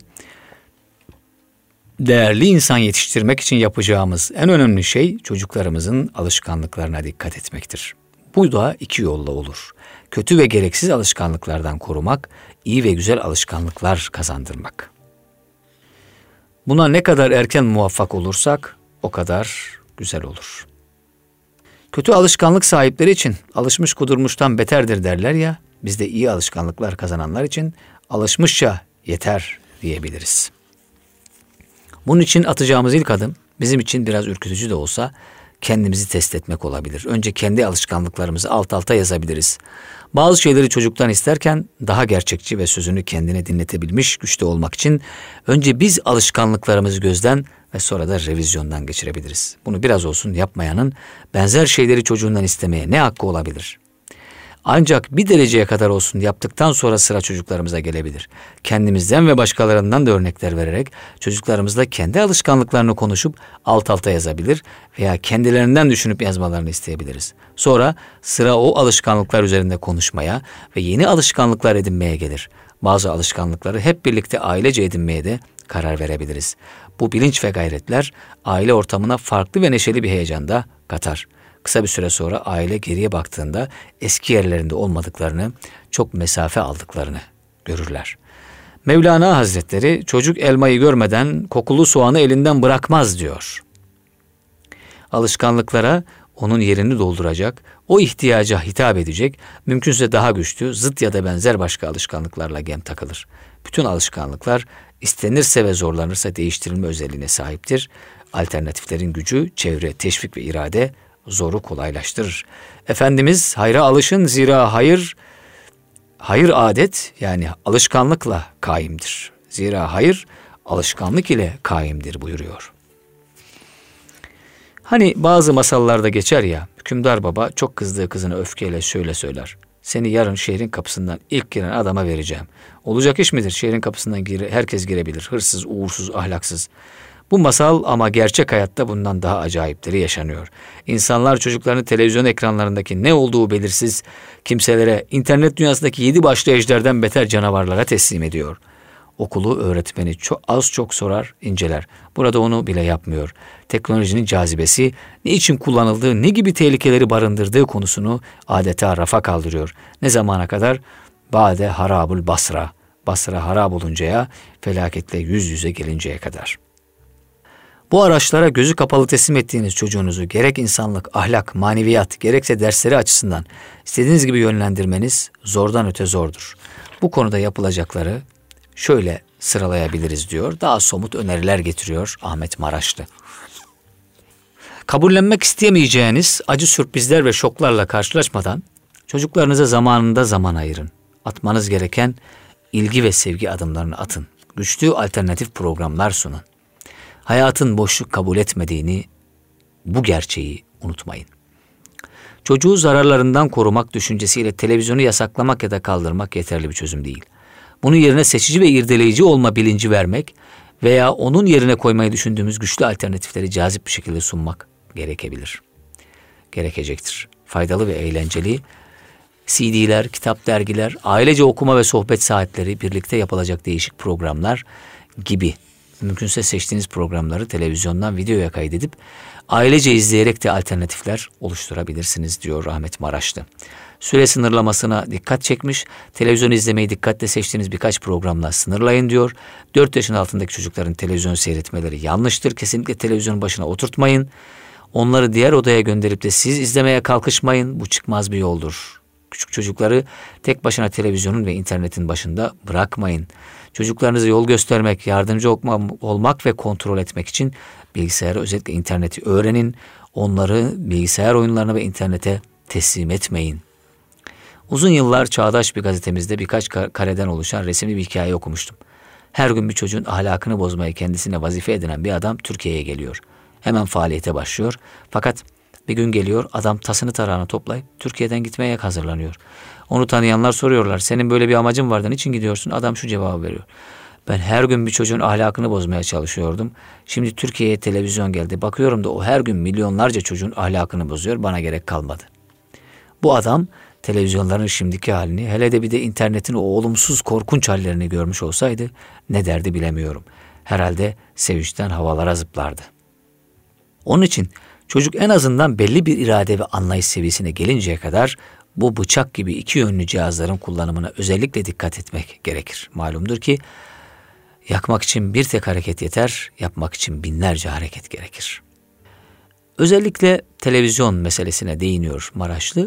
değerli insan yetiştirmek için yapacağımız en önemli şey çocuklarımızın alışkanlıklarına dikkat etmektir. Bu da 2 yolla olur. Kötü ve gereksiz alışkanlıklardan korumak, iyi ve güzel alışkanlıklar kazandırmak. Buna ne kadar erken muvaffak olursak o kadar güzel olur. Kötü alışkanlık sahipleri için alışmış kudurmuştan beterdir derler ya, biz de iyi alışkanlıklar kazananlar için alışmışça yeter diyebiliriz. Bunun için atacağımız ilk adım bizim için biraz ürkütücü de olsa kendimizi test etmek olabilir. Önce kendi alışkanlıklarımızı alt alta yazabiliriz. Bazı şeyleri çocuktan isterken daha gerçekçi ve sözünü kendine dinletebilmiş güçte olmak için önce biz alışkanlıklarımızı gözden ve sonra da revizyondan geçirebiliriz. Bunu biraz olsun yapmayanın benzer şeyleri çocuğundan istemeye ne hakkı olabilir? Ancak bir dereceye kadar olsun yaptıktan sonra sıra çocuklarımıza gelebilir. Kendimizden ve başkalarından da örnekler vererek çocuklarımızla kendi alışkanlıklarını konuşup alt alta yazabilir veya kendilerinden düşünüp yazmalarını isteyebiliriz. Sonra sıra o alışkanlıklar üzerinde konuşmaya ve yeni alışkanlıklar edinmeye gelir. Bazı alışkanlıkları hep birlikte ailece edinmeye de karar verebiliriz. Bu bilinç ve gayretler aile ortamına farklı ve neşeli bir heyecan da katar. Kısa bir süre sonra aile geriye baktığında eski yerlerinde olmadıklarını, çok mesafe aldıklarını görürler. Mevlana Hazretleri çocuk elmayı görmeden kokulu soğanı elinden bırakmaz diyor. Alışkanlıklara onun yerini dolduracak, o ihtiyaca hitap edecek, mümkünse daha güçlü, zıt ya da benzer başka alışkanlıklarla gem takılır. Bütün alışkanlıklar istenirse ve zorlanırsa değiştirilme özelliğine sahiptir. Alternatiflerin gücü, çevre, teşvik ve irade zoru kolaylaştırır. Efendimiz hayra alışın zira hayır adet yani alışkanlıkla kaimdir. Zira hayır alışkanlık ile kaimdir buyuruyor. Hani bazı masallarda geçer ya, hükümdar baba çok kızdığı kızına öfkeyle şöyle söyler. Seni yarın şehrin kapısından ilk giren adama vereceğim. Olacak iş midir? Şehrin kapısından herkes girebilir. Hırsız, uğursuz, ahlaksız. Bu masal ama gerçek hayatta bundan daha acayipleri yaşanıyor. İnsanlar çocuklarını televizyon ekranlarındaki ne olduğu belirsiz kimselere, internet dünyasındaki 7 başlı ejderden beter canavarlara teslim ediyor. Okulu öğretmeni az çok sorar, inceler. Burada onu bile yapmıyor. Teknolojinin cazibesi, ne için kullanıldığı, ne gibi tehlikeleri barındırdığı konusunu adeta rafa kaldırıyor. Ne zamana kadar? Bade harabul Basra. Basra harap oluncaya, felaketle yüz yüze gelinceye kadar. Bu araçlara gözü kapalı teslim ettiğiniz çocuğunuzu gerek insanlık, ahlak, maneviyat, gerekse dersleri açısından istediğiniz gibi yönlendirmeniz zordan öte zordur. Bu konuda yapılacakları şöyle sıralayabiliriz diyor. Daha somut öneriler getiriyor Ahmet Maraşlı. Kabullenmek isteyemeyeceğiniz acı sürprizler ve şoklarla karşılaşmadan çocuklarınıza zamanında zaman ayırın. Atmanız gereken ilgi ve sevgi adımlarını atın. Güçlü alternatif programlar sunun. Hayatın boşluk kabul etmediğini, bu gerçeği unutmayın. Çocuğu zararlarından korumak düşüncesiyle televizyonu yasaklamak ya da kaldırmak yeterli bir çözüm değil. Bunun yerine seçici ve irdeleyici olma bilinci vermek veya onun yerine koymayı düşündüğümüz güçlü alternatifleri cazip bir şekilde sunmak gerekecektir. Faydalı ve eğlenceli CD'ler, kitap, dergiler, ailece okuma ve sohbet saatleri, birlikte yapılacak değişik programlar gibi. Mümkünse seçtiğiniz programları televizyondan videoya kaydedip ailece izleyerek de alternatifler oluşturabilirsiniz diyor Ahmet Maraşlı. Süre sınırlamasına dikkat çekmiş, televizyon izlemeyi dikkatle seçtiğiniz birkaç programla sınırlayın diyor. 4 yaşın altındaki çocukların televizyon seyretmeleri yanlıştır. Kesinlikle televizyonun başına oturtmayın. Onları diğer odaya gönderip de siz izlemeye kalkışmayın. Bu çıkmaz bir yoldur. Küçük çocukları tek başına televizyonun ve internetin başında bırakmayın. Çocuklarınıza yol göstermek, yardımcı olmak ve kontrol etmek için bilgisayarı, özellikle interneti öğrenin. Onları bilgisayar oyunlarına ve internete teslim etmeyin. Uzun yıllar çağdaş bir gazetemizde birkaç kareden oluşan resimli bir hikaye okumuştum. Her gün bir çocuğun ahlakını bozmayı kendisine vazife edinen bir adam Türkiye'ye geliyor. Hemen faaliyete başlıyor. Fakat bir gün geliyor, adam tasını tarağını toplayıp Türkiye'den gitmeye hazırlanıyor. Onu tanıyanlar soruyorlar, senin böyle bir amacın vardı, niçin gidiyorsun? Adam şu cevabı veriyor. Ben her gün bir çocuğun ahlakını bozmaya çalışıyordum. Şimdi Türkiye'ye televizyon geldi. Bakıyorum da o her gün milyonlarca çocuğun ahlakını bozuyor. Bana gerek kalmadı. Bu adam televizyonların şimdiki halini, hele de bir de internetin o olumsuz korkunç hallerini görmüş olsaydı ne derdi bilemiyorum. Herhalde sevinçten havalara zıplardı. Onun için çocuk en azından belli bir irade ve anlayış seviyesine gelinceye kadar bu bıçak gibi iki yönlü cihazların kullanımına özellikle dikkat etmek gerekir. Malumdur ki yakmak için bir tek hareket yeter, yapmak için binlerce hareket gerekir. Özellikle televizyon meselesine değiniyor Maraşlı.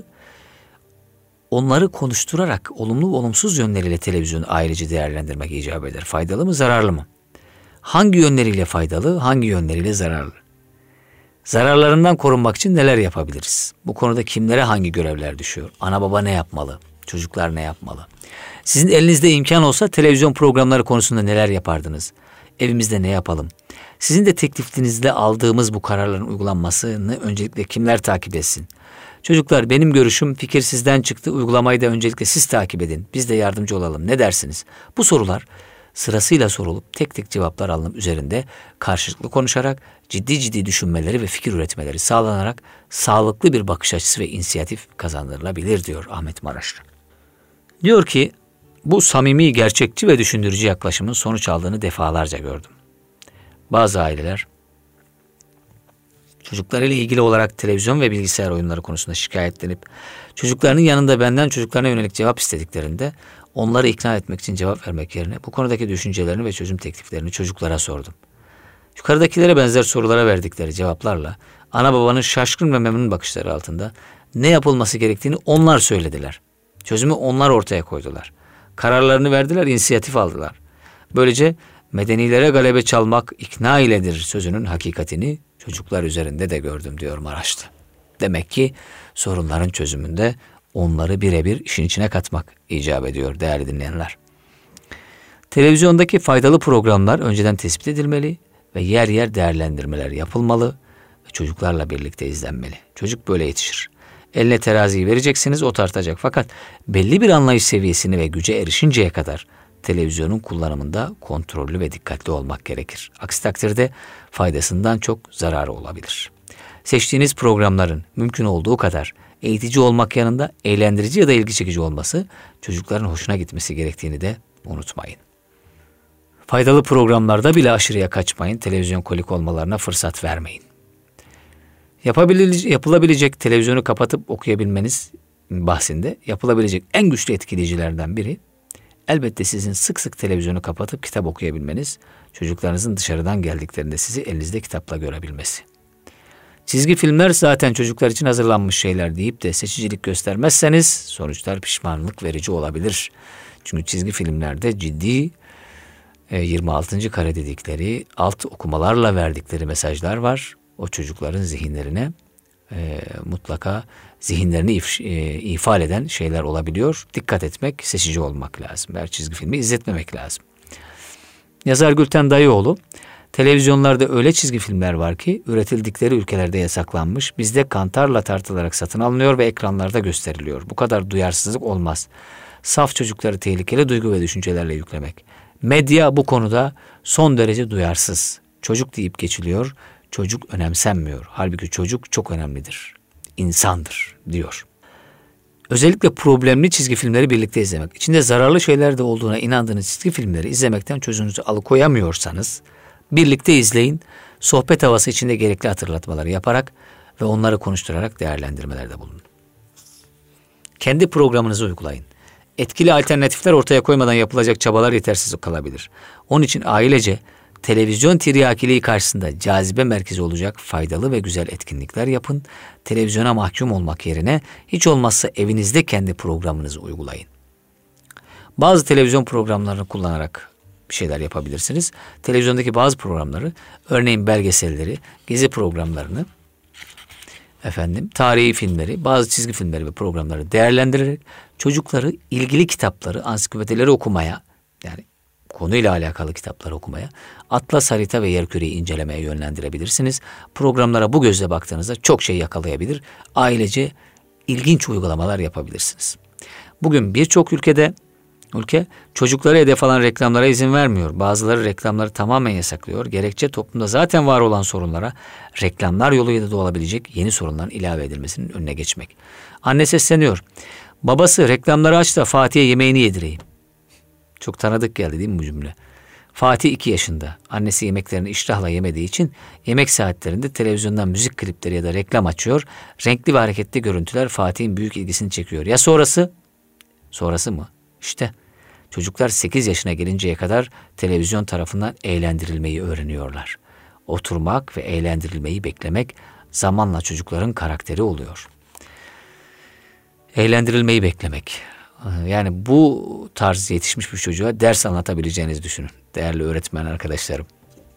Onları konuşturarak olumlu olumsuz yönleriyle televizyonu ayrıca değerlendirmek icap eder. Faydalı mı, zararlı mı? Hangi yönleriyle faydalı, hangi yönleriyle zararlı? Zararlarından korunmak için neler yapabiliriz? Bu konuda kimlere hangi görevler düşüyor? Ana baba ne yapmalı? Çocuklar ne yapmalı? Sizin elinizde imkan olsa televizyon programları konusunda neler yapardınız? Evimizde ne yapalım? Sizin de teklifinizde aldığımız bu kararların uygulanmasını öncelikle kimler takip etsin? Çocuklar, benim görüşüm, fikir sizden çıktı. Uygulamayı da öncelikle siz takip edin. Biz de yardımcı olalım. Ne dersiniz? Bu sorular sırasıyla sorulup tek tek cevaplar alınıp üzerinde karşılıklı konuşarak ciddi düşünmeleri ve fikir üretmeleri sağlanarak sağlıklı bir bakış açısı ve inisiyatif kazandırılabilir diyor Ahmet Maraşlı. Diyor ki bu samimi, gerçekçi ve düşündürücü yaklaşımın sonuç aldığını defalarca gördüm. Bazı aileler çocuklarıyla ilgili olarak televizyon ve bilgisayar oyunları konusunda şikayetlenip çocuklarının yanında benden çocuklarına yönelik cevap istediklerinde onları ikna etmek için cevap vermek yerine bu konudaki düşüncelerini ve çözüm tekliflerini çocuklara sordum. Yukarıdakilere benzer sorulara verdikleri cevaplarla Ana babanın şaşkın ve memnun bakışları altında ne yapılması gerektiğini onlar söylediler. Çözümü onlar ortaya koydular. Kararlarını verdiler, inisiyatif aldılar. Böylece medenilere galebe çalmak ikna iledir sözünün hakikatini çocuklar üzerinde de gördüm diyor Maraşlı. Demek ki sorunların çözümünde onları birebir işin içine katmak icap ediyor değerli dinleyenler. Televizyondaki faydalı programlar önceden tespit edilmeli ve yer yer değerlendirmeler yapılmalı ve çocuklarla birlikte izlenmeli. Çocuk böyle yetişir. Eline teraziyi vereceksiniz, o tartacak. Fakat belli bir anlayış seviyesini ve güce erişinceye kadar televizyonun kullanımında kontrollü ve dikkatli olmak gerekir. Aksi takdirde faydasından çok zararı olabilir. Seçtiğiniz programların mümkün olduğu kadar eğitici olmak yanında eğlendirici ya da ilgi çekici olması, çocukların hoşuna gitmesi gerektiğini de unutmayın. Faydalı programlarda bile aşırıya kaçmayın, televizyon kolik olmalarına fırsat vermeyin. Yapılabilecek televizyonu kapatıp okuyabilmeniz bahsinde yapılabilecek en güçlü etkileyicilerden biri, elbette sizin sık sık televizyonu kapatıp kitap okuyabilmeniz, çocuklarınızın dışarıdan geldiklerinde sizi elinizde kitapla görebilmesi. Çizgi filmler zaten çocuklar için hazırlanmış şeyler deyip de seçicilik göstermezseniz sonuçlar pişmanlık verici olabilir. Çünkü çizgi filmlerde ciddi 26. kare dedikleri alt okumalarla verdikleri mesajlar var. O çocukların zihinlerine mutlaka zihinlerini ifade eden şeyler olabiliyor. Dikkat etmek, seçici olmak lazım. Her çizgi filmi izletmemek lazım. Yazar Gülten Dayıoğlu, televizyonlarda öyle çizgi filmler var ki üretildikleri ülkelerde yasaklanmış, bizde kantarla tartılarak satın alınıyor ve ekranlarda gösteriliyor. Bu kadar duyarsızlık olmaz. Saf çocukları tehlikeli duygu ve düşüncelerle yüklemek. Medya bu konuda son derece duyarsız. Çocuk deyip geçiliyor, çocuk önemsenmiyor. Halbuki çocuk çok önemlidir. İnsandır diyor. Özellikle problemli çizgi filmleri birlikte izlemek. İçinde zararlı şeyler de olduğuna inandığınız çizgi filmleri izlemekten çocuğunuzu alıkoyamıyorsanız birlikte izleyin. Sohbet havası içinde gerekli hatırlatmaları yaparak ve onları konuşturarak değerlendirmelerde bulunun. Kendi programınızı uygulayın. Etkili alternatifler ortaya koymadan yapılacak çabalar yetersiz kalabilir. Onun için ailece televizyon tiryakiliği karşısında cazibe merkezi olacak faydalı ve güzel etkinlikler yapın. Televizyona mahkum olmak yerine hiç olmazsa evinizde kendi programınızı uygulayın. Bazı televizyon programlarını kullanarak bir şeyler yapabilirsiniz. Televizyondaki bazı programları, örneğin belgeselleri, gezi programlarını, tarihi filmleri, bazı çizgi filmleri ve programları değerlendirerek çocukları ilgili kitapları, ansiklopedileri okumaya, yani konuyla alakalı kitapları okumaya, atlas, harita ve yerküreyi incelemeye yönlendirebilirsiniz. Programlara bu gözle baktığınızda çok şey yakalayabilir, ailece ilginç uygulamalar yapabilirsiniz. Bugün birçok ülke çocuklara hedef alan reklamlara izin vermiyor. Bazıları reklamları tamamen yasaklıyor. Gerekçe toplumda zaten var olan sorunlara reklamlar yoluyla da olabilecek yeni sorunların ilave edilmesinin önüne geçmek. Anne sesleniyor. Babası reklamları aç da Fatih'e yemeğini yedireyim. Çok tanıdık geldi değil mi bu cümle? Fatih 2 yaşında. Annesi yemeklerini iştahla yemediği için yemek saatlerinde televizyondan müzik klipleri ya da reklam açıyor. Renkli ve hareketli görüntüler Fatih'in büyük ilgisini çekiyor. Ya sonrası? Sonrası mı? İşte çocuklar 8 yaşına gelinceye kadar televizyon tarafından eğlendirilmeyi öğreniyorlar. Oturmak ve eğlendirilmeyi beklemek zamanla çocukların karakteri oluyor. Eğlendirilmeyi beklemek. Yani bu tarz yetişmiş bir çocuğa ders anlatabileceğinizi düşünün değerli öğretmen arkadaşlarım.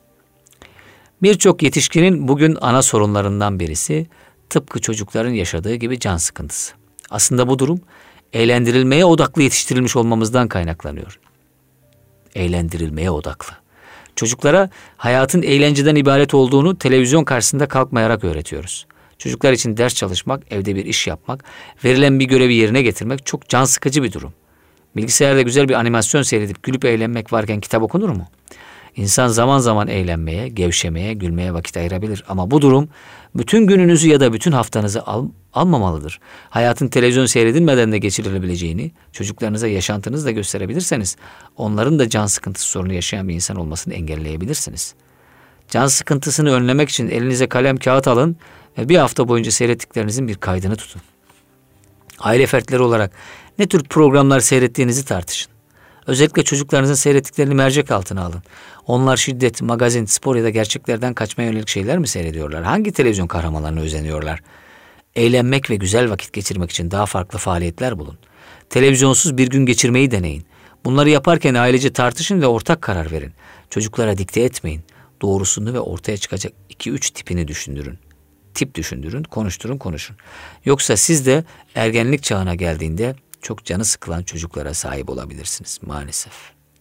Birçok yetişkinin bugün ana sorunlarından birisi tıpkı çocukların yaşadığı gibi can sıkıntısı. Aslında bu durum eğlendirilmeye odaklı yetiştirilmiş olmamızdan kaynaklanıyor. Eğlendirilmeye odaklı. Çocuklara hayatın eğlenceden ibaret olduğunu televizyon karşısında kalkmayarak öğretiyoruz. Çocuklar için ders çalışmak, evde bir iş yapmak, verilen bir görevi yerine getirmek çok can sıkıcı bir durum. Bilgisayarda güzel bir animasyon seyredip gülüp eğlenmek varken kitap okunur mu? İnsan zaman zaman eğlenmeye, gevşemeye, gülmeye vakit ayırabilir. Ama bu durum bütün gününüzü ya da bütün haftanızı almamalıdır. Hayatın televizyon seyredilmeden de geçirilebileceğini çocuklarınıza yaşantınızla gösterebilirseniz onların da can sıkıntısı sorunu yaşayan bir insan olmasını engelleyebilirsiniz. Can sıkıntısını önlemek için elinize kalem kağıt alın ve bir hafta boyunca seyrettiklerinizin bir kaydını tutun. Aile fertleri olarak ne tür programlar seyrettiğinizi tartışın. Özellikle çocuklarınızın seyrettiklerini mercek altına alın. Onlar şiddet, magazin, spor ya da gerçeklerden kaçmaya yönelik şeyler mi seyrediyorlar? Hangi televizyon kahramanlarına özeniyorlar? Eğlenmek ve güzel vakit geçirmek için daha farklı faaliyetler bulun. Televizyonsuz bir gün geçirmeyi deneyin. Bunları yaparken ailece tartışın ve ortak karar verin. Çocuklara dikte etmeyin. Doğrusunu ve ortaya çıkacak 2-3 tipini düşündürün. Tip düşündürün, konuşun. Yoksa siz de ergenlik çağına geldiğinde çok canı sıkılan çocuklara sahip olabilirsiniz maalesef.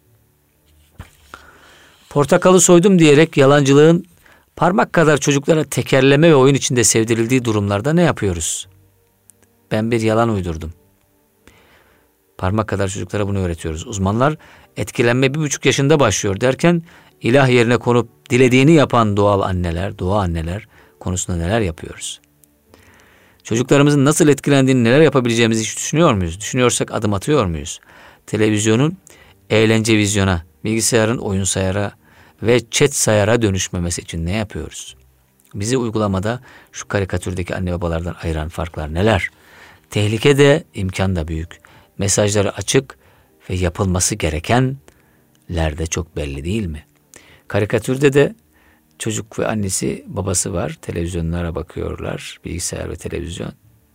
Portakalı soydum diyerek yalancılığın parmak kadar çocuklara tekerleme ve oyun içinde sevdirildiği durumlarda ne yapıyoruz? Ben bir yalan uydurdum. Parmak kadar çocuklara bunu öğretiyoruz. Uzmanlar etkilenme 1,5 yaşında başlıyor derken ilah yerine konup dilediğini yapan doğa anneler konusunda neler yapıyoruz? Çocuklarımızın nasıl etkilendiğini, neler yapabileceğimizi hiç düşünüyor muyuz? Düşünüyorsak adım atıyor muyuz? Televizyonun eğlence vizyona, bilgisayarın oyun sayara ve chat sayara dönüşmemesi için ne yapıyoruz? Bizi uygulamada şu karikatürdeki anne babalardan ayıran farklar neler? Tehlike de imkan da büyük. Mesajları açık ve yapılması gerekenler de çok belli değil mi? Karikatürde de çocuk ve annesi babası var. Televizyonlara bakıyorlar. Bilgisayar ve televizyon.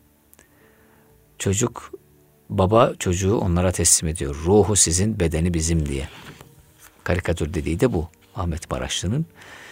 Baba çocuğu onlara teslim ediyor. Ruhu sizin, bedeni bizim diye. Karikatür dediği de bu. Ahmet Maraşlı'nın.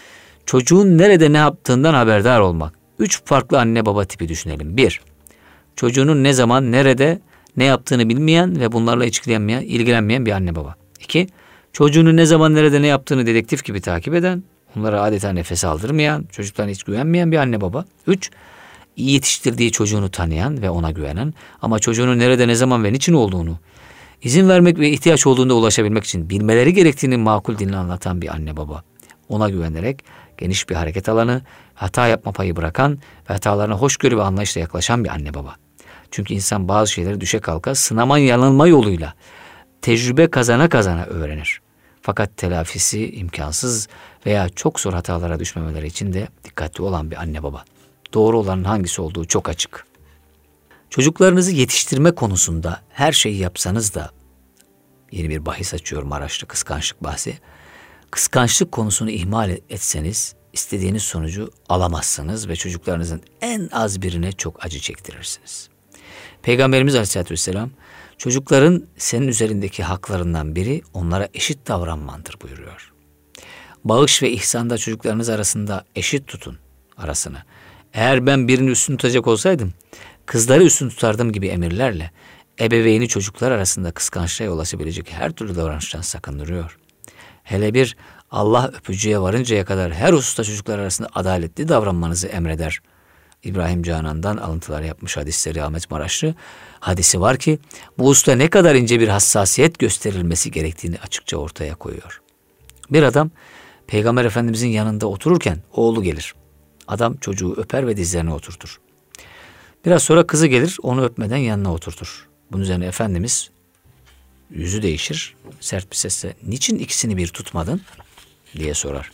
Çocuğun nerede ne yaptığından haberdar olmak. 3 farklı anne baba tipi düşünelim. 1. Çocuğunun ne zaman, nerede, ne yaptığını bilmeyen ve bunlarla ilgilenmeyen bir anne baba. 2. Çocuğunun ne zaman, nerede, ne yaptığını dedektif gibi takip eden, onlara adeta nefes aldırmayan, çocuklarına hiç güvenmeyen bir anne baba. 3. İyi yetiştirdiği çocuğunu tanıyan ve ona güvenen ama çocuğunun nerede, ne zaman ve niçin olduğunu, izin vermek ve ihtiyaç olduğunda ulaşabilmek için bilmeleri gerektiğini makul dinle anlatan bir anne baba. Ona güvenerek geniş bir hareket alanı, hata yapma payı bırakan ve hatalarına hoşgörü ve anlayışla yaklaşan bir anne baba. Çünkü insan bazı şeyleri düşe kalka, sınama yanılma yoluyla tecrübe kazana öğrenir. Fakat telafisi imkansız veya çok zor hatalara düşmemeleri için de dikkatli olan bir anne baba. Doğru olanın hangisi olduğu çok açık. Çocuklarınızı yetiştirme konusunda her şeyi yapsanız da, yeni bir bahis açıyorum Maraşlı kıskançlık bahsi. Kıskançlık konusunu ihmal etseniz istediğiniz sonucu alamazsınız ve çocuklarınızın en az birine çok acı çektirirsiniz. Peygamberimiz Aleyhisselatü Vesselam, çocukların senin üzerindeki haklarından biri onlara eşit davranmandır buyuruyor. Bağış ve ihsanda çocuklarınız arasında eşit tutun arasını. Eğer ben birini üstün tutacak olsaydım, kızları üstün tutardım gibi emirlerle ebeveyni çocuklar arasında kıskançlığa yol açabilecek her türlü davranıştan sakındırıyor. Hele bir Allah öpücüğe varıncaya kadar her hususta çocuklar arasında adaletli davranmanızı emreder. İbrahim Canan'dan alıntılar yapmış hadisleri Ahmet Maraşlı. Hadisi var ki bu hususta ne kadar ince bir hassasiyet gösterilmesi gerektiğini açıkça ortaya koyuyor. Bir adam Peygamber Efendimizin yanında otururken oğlu gelir. Adam çocuğu öper ve dizlerine oturtur. Biraz sonra kızı gelir, onu öpmeden yanına oturtur. Bunun üzerine Efendimiz yüzü değişir, sert bir sesle "Niçin ikisini bir tutmadın?" diye sorar.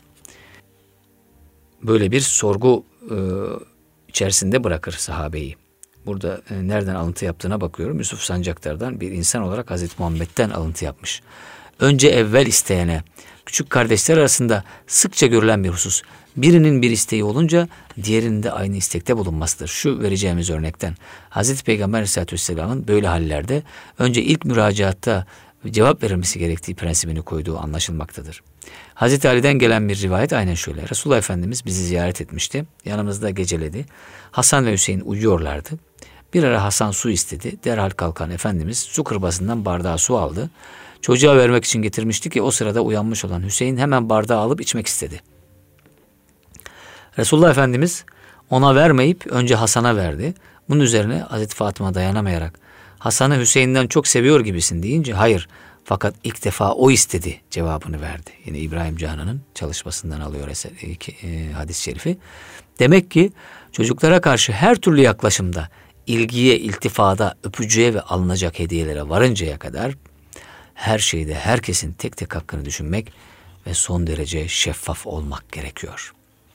Böyle bir sorgu içerisinde bırakır sahabeyi. Burada nereden alıntı yaptığına bakıyorum. Yusuf Sancaktar'dan bir insan olarak Hazreti Muhammed'den alıntı yapmış. Önce evvel isteyene, küçük kardeşler arasında sıkça görülen bir husus. Birinin bir isteği olunca diğerinin de aynı istekte bulunmasıdır. Şu vereceğimiz örnekten Hazreti Peygamber Aleyhisselatü Vesselam'ın böyle hallerde önce ilk müracaatta cevap verilmesi gerektiği prensibini koyduğu anlaşılmaktadır. Hazreti Ali'den gelen bir rivayet aynen şöyle. Resulullah Efendimiz bizi ziyaret etmişti. Yanımızda geceledi. Hasan ve Hüseyin uyuyorlardı. Bir ara Hasan su istedi. Derhal kalkan Efendimiz su kırbasından bardağı su aldı. Çocuğa vermek için getirmişti ki o sırada uyanmış olan Hüseyin hemen bardağı alıp içmek istedi. Resulullah Efendimiz ona vermeyip önce Hasan'a verdi. Bunun üzerine Hazreti Fatıma dayanamayarak Hasan'ı Hüseyin'den çok seviyor gibisin deyince hayır fakat ilk defa o istedi cevabını verdi. Yine İbrahim Canan'ın çalışmasından alıyor hadis-i şerifi. Demek ki çocuklara karşı her türlü yaklaşımda ilgiye, iltifada, öpücüğe ve alınacak hediyelere varıncaya kadar her şeyde herkesin tek tek hakkını düşünmek ve son derece şeffaf olmak gerekiyor.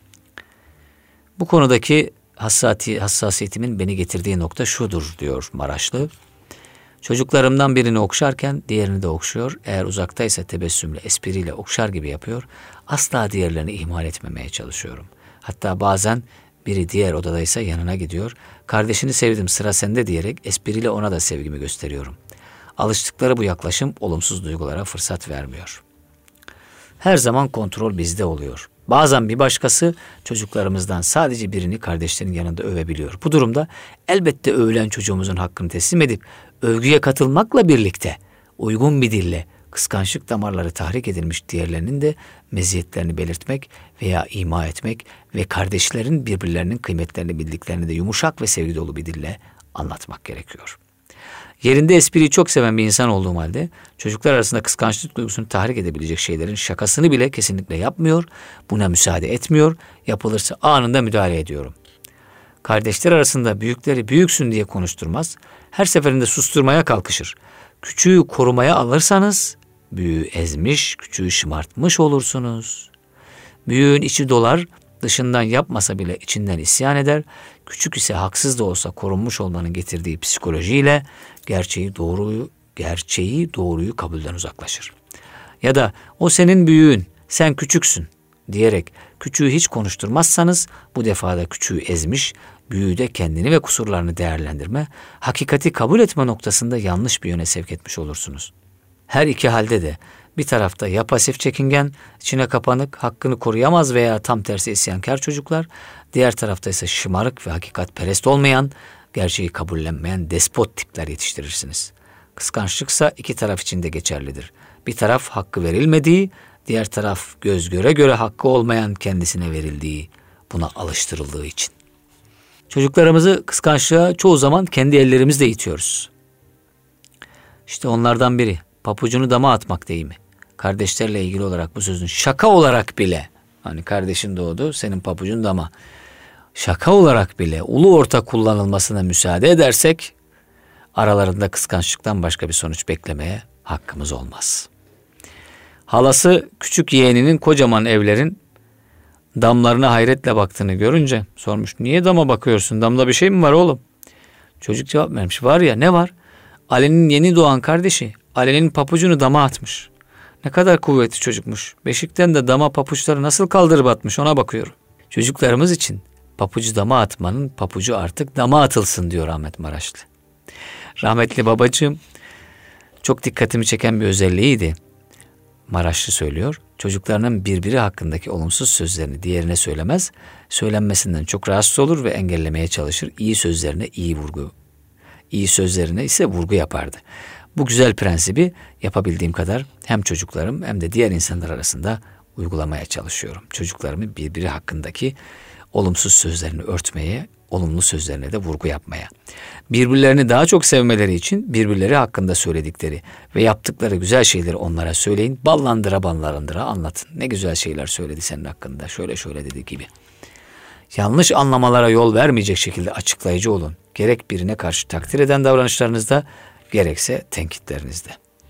Bu konudaki hassasiyetimin beni getirdiği nokta şudur diyor Maraşlı. Çocuklarımdan birini okşarken diğerini de okşuyor. Eğer uzaktaysa tebessümle, espriyle okşar gibi yapıyor. Asla diğerlerini ihmal etmemeye çalışıyorum. Hatta bazen biri diğer odadaysa yanına gidiyor. Kardeşini sevdim, sıra sende diyerek espriyle ona da sevgimi gösteriyorum. Alıştıkları bu yaklaşım olumsuz duygulara fırsat vermiyor. Her zaman kontrol bizde oluyor. Bazen bir başkası çocuklarımızdan sadece birini kardeşlerin yanında övebiliyor. Bu durumda elbette övülen çocuğumuzun hakkını teslim edip övgüye katılmakla birlikte uygun bir dille kıskançlık damarları tahrik edilmiş diğerlerinin de meziyetlerini belirtmek veya ima etmek ve kardeşlerin birbirlerinin kıymetlerini bildiklerini de yumuşak ve sevgi dolu bir dille anlatmak gerekiyor. Yerinde espriyi çok seven bir insan olduğum halde çocuklar arasında kıskançlık duygusunu tahrik edebilecek şeylerin şakasını bile kesinlikle yapmıyor, buna müsaade etmiyor, yapılırsa anında müdahale ediyorum. Kardeşler arasında büyükleri büyüksün diye konuşturmaz, her seferinde susturmaya kalkışır. Küçüğü korumaya alırsanız büyüğü ezmiş, küçüğü şımartmış olursunuz. Büyüğün içi dolar, dışından yapmasa bile içinden isyan eder. Küçük ise haksız da olsa korunmuş olmanın getirdiği psikolojiyle gerçeği doğruyu kabulden uzaklaşır. Ya da o senin büyüğün, sen küçüksün diyerek küçüğü hiç konuşturmazsanız bu defa da küçüğü ezmiş, büyüğü de kendini ve kusurlarını değerlendirme, hakikati kabul etme noktasında yanlış bir yöne sevk etmiş olursunuz. Her iki halde de bir tarafta ya pasif çekingen, içine kapanık, hakkını koruyamaz veya tam tersi isyankar çocuklar, diğer tarafta ise şımarık ve hakikatperest olmayan, gerçeği kabullenmeyen despot tipler yetiştirirsiniz. Kıskançlıksa iki taraf için de geçerlidir. Bir taraf hakkı verilmediği, diğer taraf göz göre göre hakkı olmayan kendisine verildiği, buna alıştırıldığı için. Çocuklarımızı kıskançlığa çoğu zaman kendi ellerimizle itiyoruz. İşte onlardan biri papucunu dama atmak deyimi. Kardeşlerle ilgili olarak bu sözün şaka olarak bile, hani kardeşin doğdu senin papucun dama, şaka olarak bile ulu orta kullanılmasına müsaade edersek aralarında kıskançlıktan başka bir sonuç beklemeye hakkımız olmaz. Halası küçük yeğeninin kocaman evlerin damlarına hayretle baktığını görünce sormuş, niye dama bakıyorsun, damda bir şey mi var oğlum? Çocuk cevap vermiş, var ya, ne var? Ali'nin yeni doğan kardeşi Ali'nin papucunu dama atmış. Ne kadar kuvvetli çocukmuş. Beşikten de dama papuçları nasıl kaldırıp atmış, ona bakıyorum. Çocuklarımız için papucu dama atmanın papucu artık dama atılsın diyor Ahmet Maraşlı. Rahmetli babacığım çok dikkatimi çeken bir özelliğiydi. Maraşlı söylüyor. Çocuklarının birbiri hakkındaki olumsuz sözlerini diğerine söylemez. Söylenmesinden çok rahatsız olur ve engellemeye çalışır. İyi sözlerine ise vurgu yapardı. Bu güzel prensibi yapabildiğim kadar hem çocuklarım hem de diğer insanlar arasında uygulamaya çalışıyorum. Çocuklarımın birbiri hakkındaki olumsuz sözlerini örtmeye, olumlu sözlerine de vurgu yapmaya. Birbirlerini daha çok sevmeleri için birbirleri hakkında söyledikleri ve yaptıkları güzel şeyleri onlara söyleyin. Ballandıra anlatın. Ne güzel şeyler söyledi senin hakkında, şöyle şöyle dedi gibi. Yanlış anlamalara yol vermeyecek şekilde açıklayıcı olun. Gerek birine karşı takdir eden davranışlarınızda, gerekse tenkitlerinizde.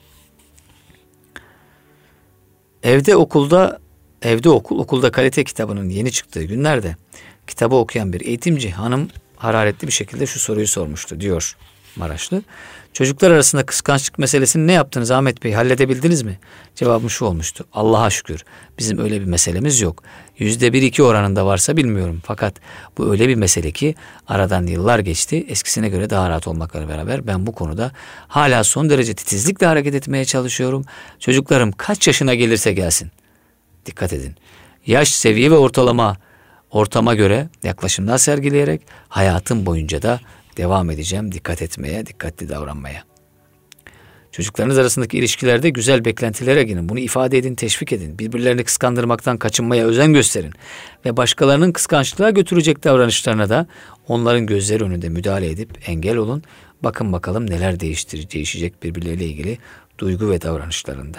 Evde okul, okulda kalite kitabının yeni çıktığı günlerde kitabı okuyan bir eğitimci hanım hararetli bir şekilde şu soruyu sormuştu diyor Maraşlı. Çocuklar arasında kıskançlık meselesini ne yaptınız Ahmet Bey, halledebildiniz mi? Cevabım şu olmuştu. Allah'a şükür bizim öyle bir meselemiz yok. %1-2 oranında varsa bilmiyorum. Fakat bu öyle bir mesele ki aradan yıllar geçti. Eskisine göre daha rahat olmakla beraber ben bu konuda hala son derece titizlikle hareket etmeye çalışıyorum. Çocuklarım kaç yaşına gelirse gelsin. Dikkat edin. Yaş, seviye ve ortama göre yaklaşımlar sergileyerek hayatım boyunca da devam edeceğim dikkat etmeye, dikkatli davranmaya. Çocuklarınız arasındaki ilişkilerde güzel beklentilere girin. Bunu ifade edin, teşvik edin. Birbirlerini kıskandırmaktan kaçınmaya özen gösterin. Ve başkalarının kıskançlığa götürecek davranışlarına da onların gözleri önünde müdahale edip engel olun. Bakın bakalım neler değişecek birbirleriyle ilgili duygu ve davranışlarında.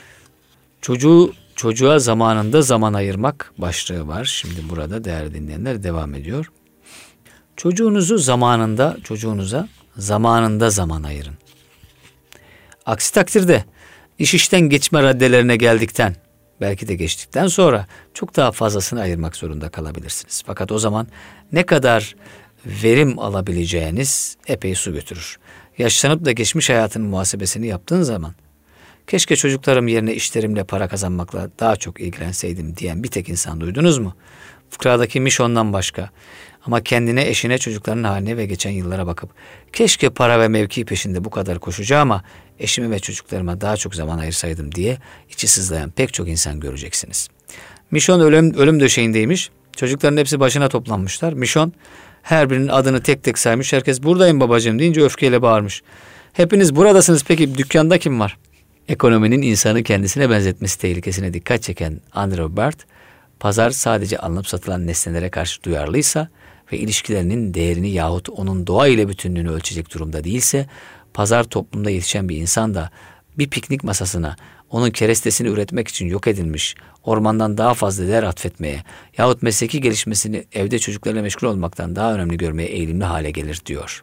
Çocuğa zamanında zaman ayırmak başlığı var. Şimdi burada değerli dinleyenler devam ediyor. Çocuğunuza zamanında zaman ayırın. Aksi takdirde işten geçme raddelerine geldikten, belki de geçtikten sonra çok daha fazlasını ayırmak zorunda kalabilirsiniz. Fakat o zaman ne kadar verim alabileceğiniz epey su götürür. Yaşlanıp da geçmiş hayatının muhasebesini yaptığın zaman, keşke çocuklarım yerine işlerimle para kazanmakla daha çok ilgilenseydim diyen bir tek insan duydunuz mu? Fıkradaki Mişon'dan başka. Ama kendine, eşine, çocukların haline ve geçen yıllara bakıp keşke para ve mevki peşinde bu kadar koşacağıma eşime ve çocuklarıma daha çok zaman ayırsaydım diye içi sızlayan pek çok insan göreceksiniz. Mişon ölüm döşeğindeymiş. Çocukların hepsi başına toplanmışlar. Mişon her birinin adını tek tek saymış. Herkes buradayım babacığım deyince öfkeyle bağırmış. Hepiniz buradasınız, peki dükkanda kim var? Ekonominin insanı kendisine benzetmesi tehlikesine dikkat çeken Andre Bert, pazar sadece alınıp satılan nesnelere karşı duyarlıysa ve ilişkilerinin değerini yahut onun doğa ile bütünlüğünü ölçecek durumda değilse, pazar toplumda yetişen bir insan da bir piknik masasına onun kerestesini üretmek için yok edilmiş, ormandan daha fazla değer atfetmeye yahut mesleki gelişmesini evde çocuklarla meşgul olmaktan daha önemli görmeye eğilimli hale gelir diyor.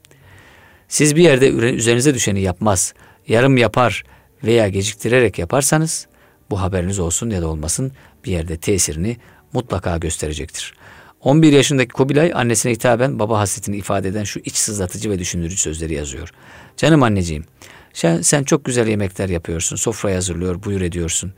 Siz bir yerde üzerinize düşeni yapmaz, yarım yapar veya geciktirerek yaparsanız, bu haberiniz olsun ya da olmasın bir yerde tesirini mutlaka gösterecektir. 11 yaşındaki Kubilay annesine hitaben baba hasretini ifade eden şu iç sızlatıcı ve düşündürücü sözleri yazıyor. Canım anneciğim, sen çok güzel yemekler yapıyorsun, sofrayı hazırlıyor, buyur ediyorsun.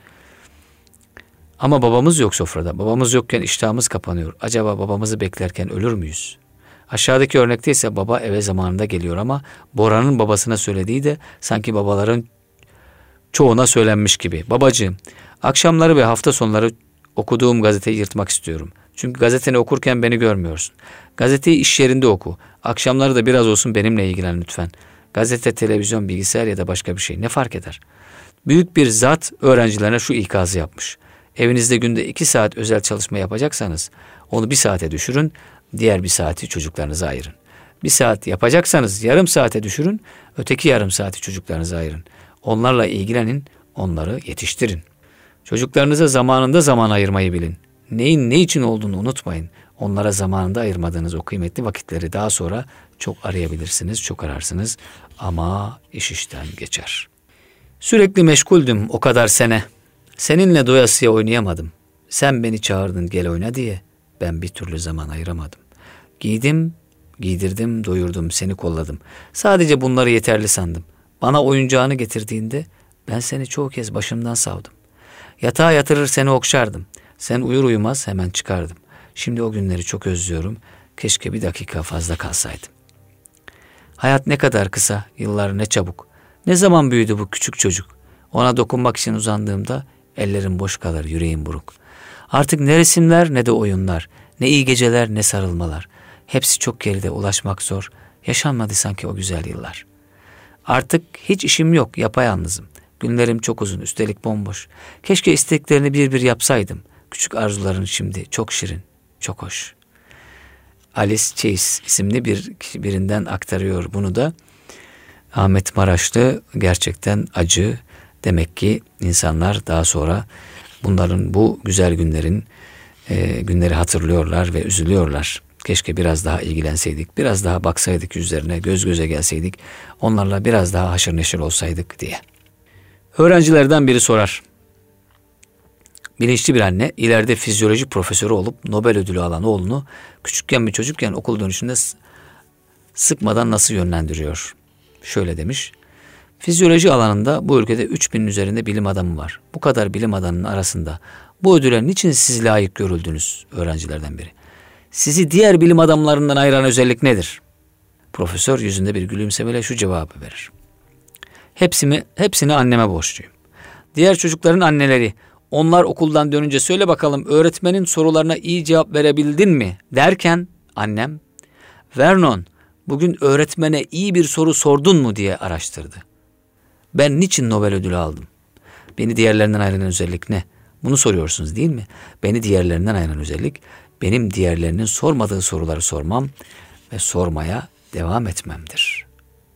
Ama babamız yok sofrada. Babamız yokken iştahımız kapanıyor. Acaba babamızı beklerken ölür müyüz? Aşağıdaki örnekte ise baba eve zamanında geliyor ama Bora'nın babasına söylediği de sanki babaların çoğuna söylenmiş gibi. Babacığım, akşamları ve hafta sonları okuduğum gazeteyi yırtmak istiyorum. Çünkü gazeteni okurken beni görmüyorsun. Gazeteyi iş yerinde oku. Akşamları da biraz olsun benimle ilgilen lütfen. Gazete, televizyon, bilgisayar ya da başka bir şey ne fark eder? Büyük bir zat öğrencilerine şu ikazı yapmış. Evinizde günde 2 saat özel çalışma yapacaksanız onu 1 saate düşürün, diğer 1 saati çocuklarınıza ayırın. 1 saat yapacaksanız yarım saate düşürün, öteki yarım saati çocuklarınıza ayırın. Onlarla ilgilenin, onları yetiştirin. Çocuklarınıza zamanında zaman ayırmayı bilin. Neyin ne için olduğunu unutmayın. Onlara zamanında ayırmadığınız o kıymetli vakitleri daha sonra çok arayabilirsiniz, çok ararsınız ama iş işten geçer. Sürekli meşguldüm o kadar sene. Seninle doyasıya oynayamadım. Sen beni çağırdın gel oyna diye. Ben bir türlü zaman ayıramadım. Giydim, giydirdim, doyurdum, seni kolladım. Sadece bunları yeterli sandım. Bana oyuncağını getirdiğinde ben seni çoğu kez başımdan savdım. Yatağa yatırır seni okşardım. Sen uyur uyumaz hemen çıkardım. Şimdi o günleri çok özlüyorum. Keşke bir dakika fazla kalsaydım. Hayat ne kadar kısa, yıllar ne çabuk. Ne zaman büyüdü bu küçük çocuk. Ona dokunmak için uzandığımda ellerim boş kalır, yüreğim buruk. Artık ne resimler ne de oyunlar, ne iyi geceler ne sarılmalar. Hepsi çok geride, ulaşmak zor. Yaşanmadı sanki o güzel yıllar. Artık hiç işim yok, yapayalnızım. Günlerim çok uzun, üstelik bomboş. Keşke isteklerini bir bir yapsaydım. Küçük arzuların şimdi çok şirin, çok hoş. Alice Chase isimli birinden aktarıyor bunu da. Ahmet Maraşlı gerçekten acı. Demek ki insanlar daha sonra bunların bu güzel günleri hatırlıyorlar ve üzülüyorlar. Keşke biraz daha ilgilenseydik, biraz daha baksaydık yüzlerine, göz göze gelseydik, onlarla biraz daha haşır neşir olsaydık diye. Öğrencilerden biri sorar. Bilinçli bir anne ileride fizyoloji profesörü olup Nobel ödülü alan oğlunu küçükken mi çocukken okul dönüşünde sıkmadan nasıl yönlendiriyor? Şöyle demiş. Fizyoloji alanında bu ülkede 3000'in üzerinde bilim adamı var. Bu kadar bilim adamının arasında bu ödüle niçin siz layık görüldünüz öğrencilerden biri? Sizi diğer bilim adamlarından ayıran özellik nedir? Profesör yüzünde bir gülümsemeyle şu cevabı verir. Hepsini anneme borçluyum. Diğer çocukların anneleri, onlar okuldan dönünce söyle bakalım öğretmenin sorularına iyi cevap verebildin mi derken annem, Vernon bugün öğretmene iyi bir soru sordun mu diye araştırdı. Ben niçin Nobel ödülü aldım? Beni diğerlerinden ayıran özellik ne? Bunu soruyorsunuz değil mi? Beni diğerlerinden ayıran özellik, benim diğerlerinin sormadığı soruları sormam ve sormaya devam etmemdir.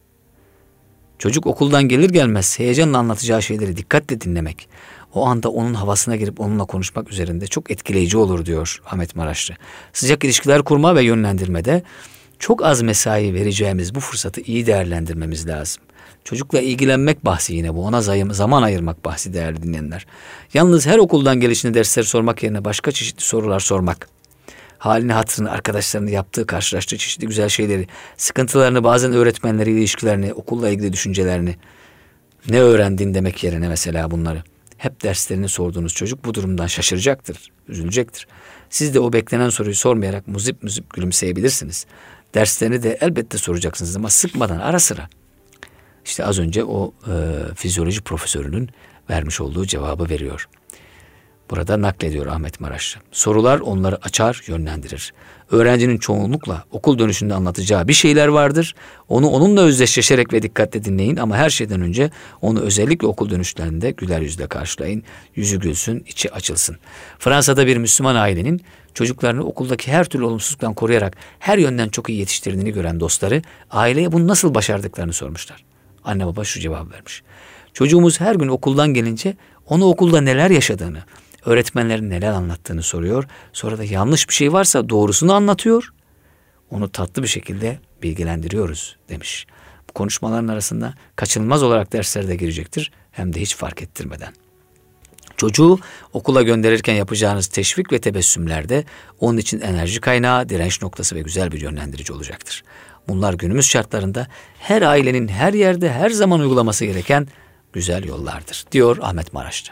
Çocuk okuldan gelir gelmez heyecanla anlatacağı şeyleri dikkatle dinlemek, o anda onun havasına girip onunla konuşmak üzerinde çok etkileyici olur diyor Ahmet Maraşlı. Sıcak ilişkiler kurma ve yönlendirmede çok az mesai vereceğimiz bu fırsatı iyi değerlendirmemiz lazım. Çocukla ilgilenmek bahsi yine bu. Ona zaman ayırmak bahsi değerli dinleyenler. Yalnız her okuldan gelişine dersleri sormak yerine başka çeşitli sorular sormak. halini hatırını, arkadaşlarını yaptığı, karşılaştığı çeşitli güzel şeyleri, sıkıntılarını, bazen öğretmenleriyle ilişkilerini, okulla ilgili düşüncelerini, ne öğrendin demek yerine mesela bunları. Hep derslerini sorduğunuz çocuk bu durumdan şaşıracaktır, üzülecektir. Siz de o beklenen soruyu sormayarak muzip muzip gülümseyebilirsiniz. Derslerini de elbette soracaksınız ama sıkmadan, ara sıra. İşte az önce o fizyoloji profesörünün vermiş olduğu cevabı veriyor. Burada naklediyor Ahmet Maraşlı. Sorular onları açar, yönlendirir. Öğrencinin çoğunlukla okul dönüşünde anlatacağı bir şeyler vardır. Onu onunla özdeşleşerek ve dikkatle dinleyin ama her şeyden önce onu özellikle okul dönüşlerinde güler yüzle karşılayın. Yüzü gülsün, içi açılsın. Fransa'da bir Müslüman ailenin çocuklarını okuldaki her türlü olumsuzluktan koruyarak her yönden çok iyi yetiştirdiğini gören dostları aileye bunu nasıl başardıklarını sormuşlar. Anne baba şu cevap vermiş. Çocuğumuz her gün okuldan gelince onu okulda neler yaşadığını, öğretmenlerin neler anlattığını soruyor. Sonra da yanlış bir şey varsa doğrusunu anlatıyor. Onu tatlı bir şekilde bilgilendiriyoruz demiş. Bu konuşmaların arasında kaçınılmaz olarak derslerde girecektir. Hem de hiç fark ettirmeden. Çocuğu okula gönderirken yapacağınız teşvik ve tebessümlerde onun için enerji kaynağı, direnç noktası ve güzel bir yönlendirici olacaktır. Bunlar günümüz şartlarında her ailenin her yerde her zaman uygulaması gereken güzel yollardır diyor Ahmet Maraşlı.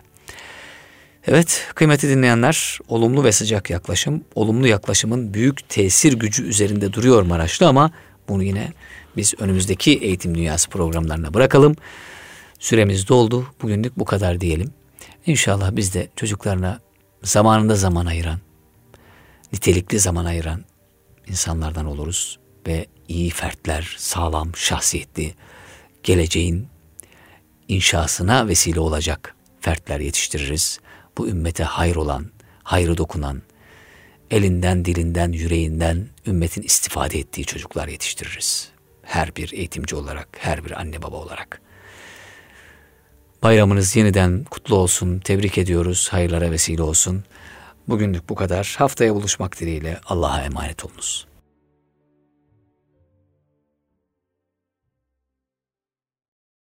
Evet kıymetli dinleyenler, olumlu ve sıcak yaklaşım, olumlu yaklaşımın büyük tesir gücü üzerinde duruyor Maraşlı ama bunu yine biz önümüzdeki Eğitim Dünyası programlarına bırakalım. Süremiz doldu, bugünlük bu kadar diyelim. İnşallah biz de çocuklarına zamanında zaman ayıran, nitelikli zaman ayıran insanlardan oluruz ve iyi fertler, sağlam, şahsiyetli, geleceğin inşasına vesile olacak fertler yetiştiririz. Bu ümmete hayır olan, hayrı dokunan, elinden, dilinden, yüreğinden ümmetin istifade ettiği çocuklar yetiştiririz. Her bir eğitimci olarak, her bir anne baba olarak. Bayramınız yeniden kutlu olsun, tebrik ediyoruz, hayırlara vesile olsun. Bugünlük bu kadar. Haftaya buluşmak dileğiyle Allah'a emanet olunuz.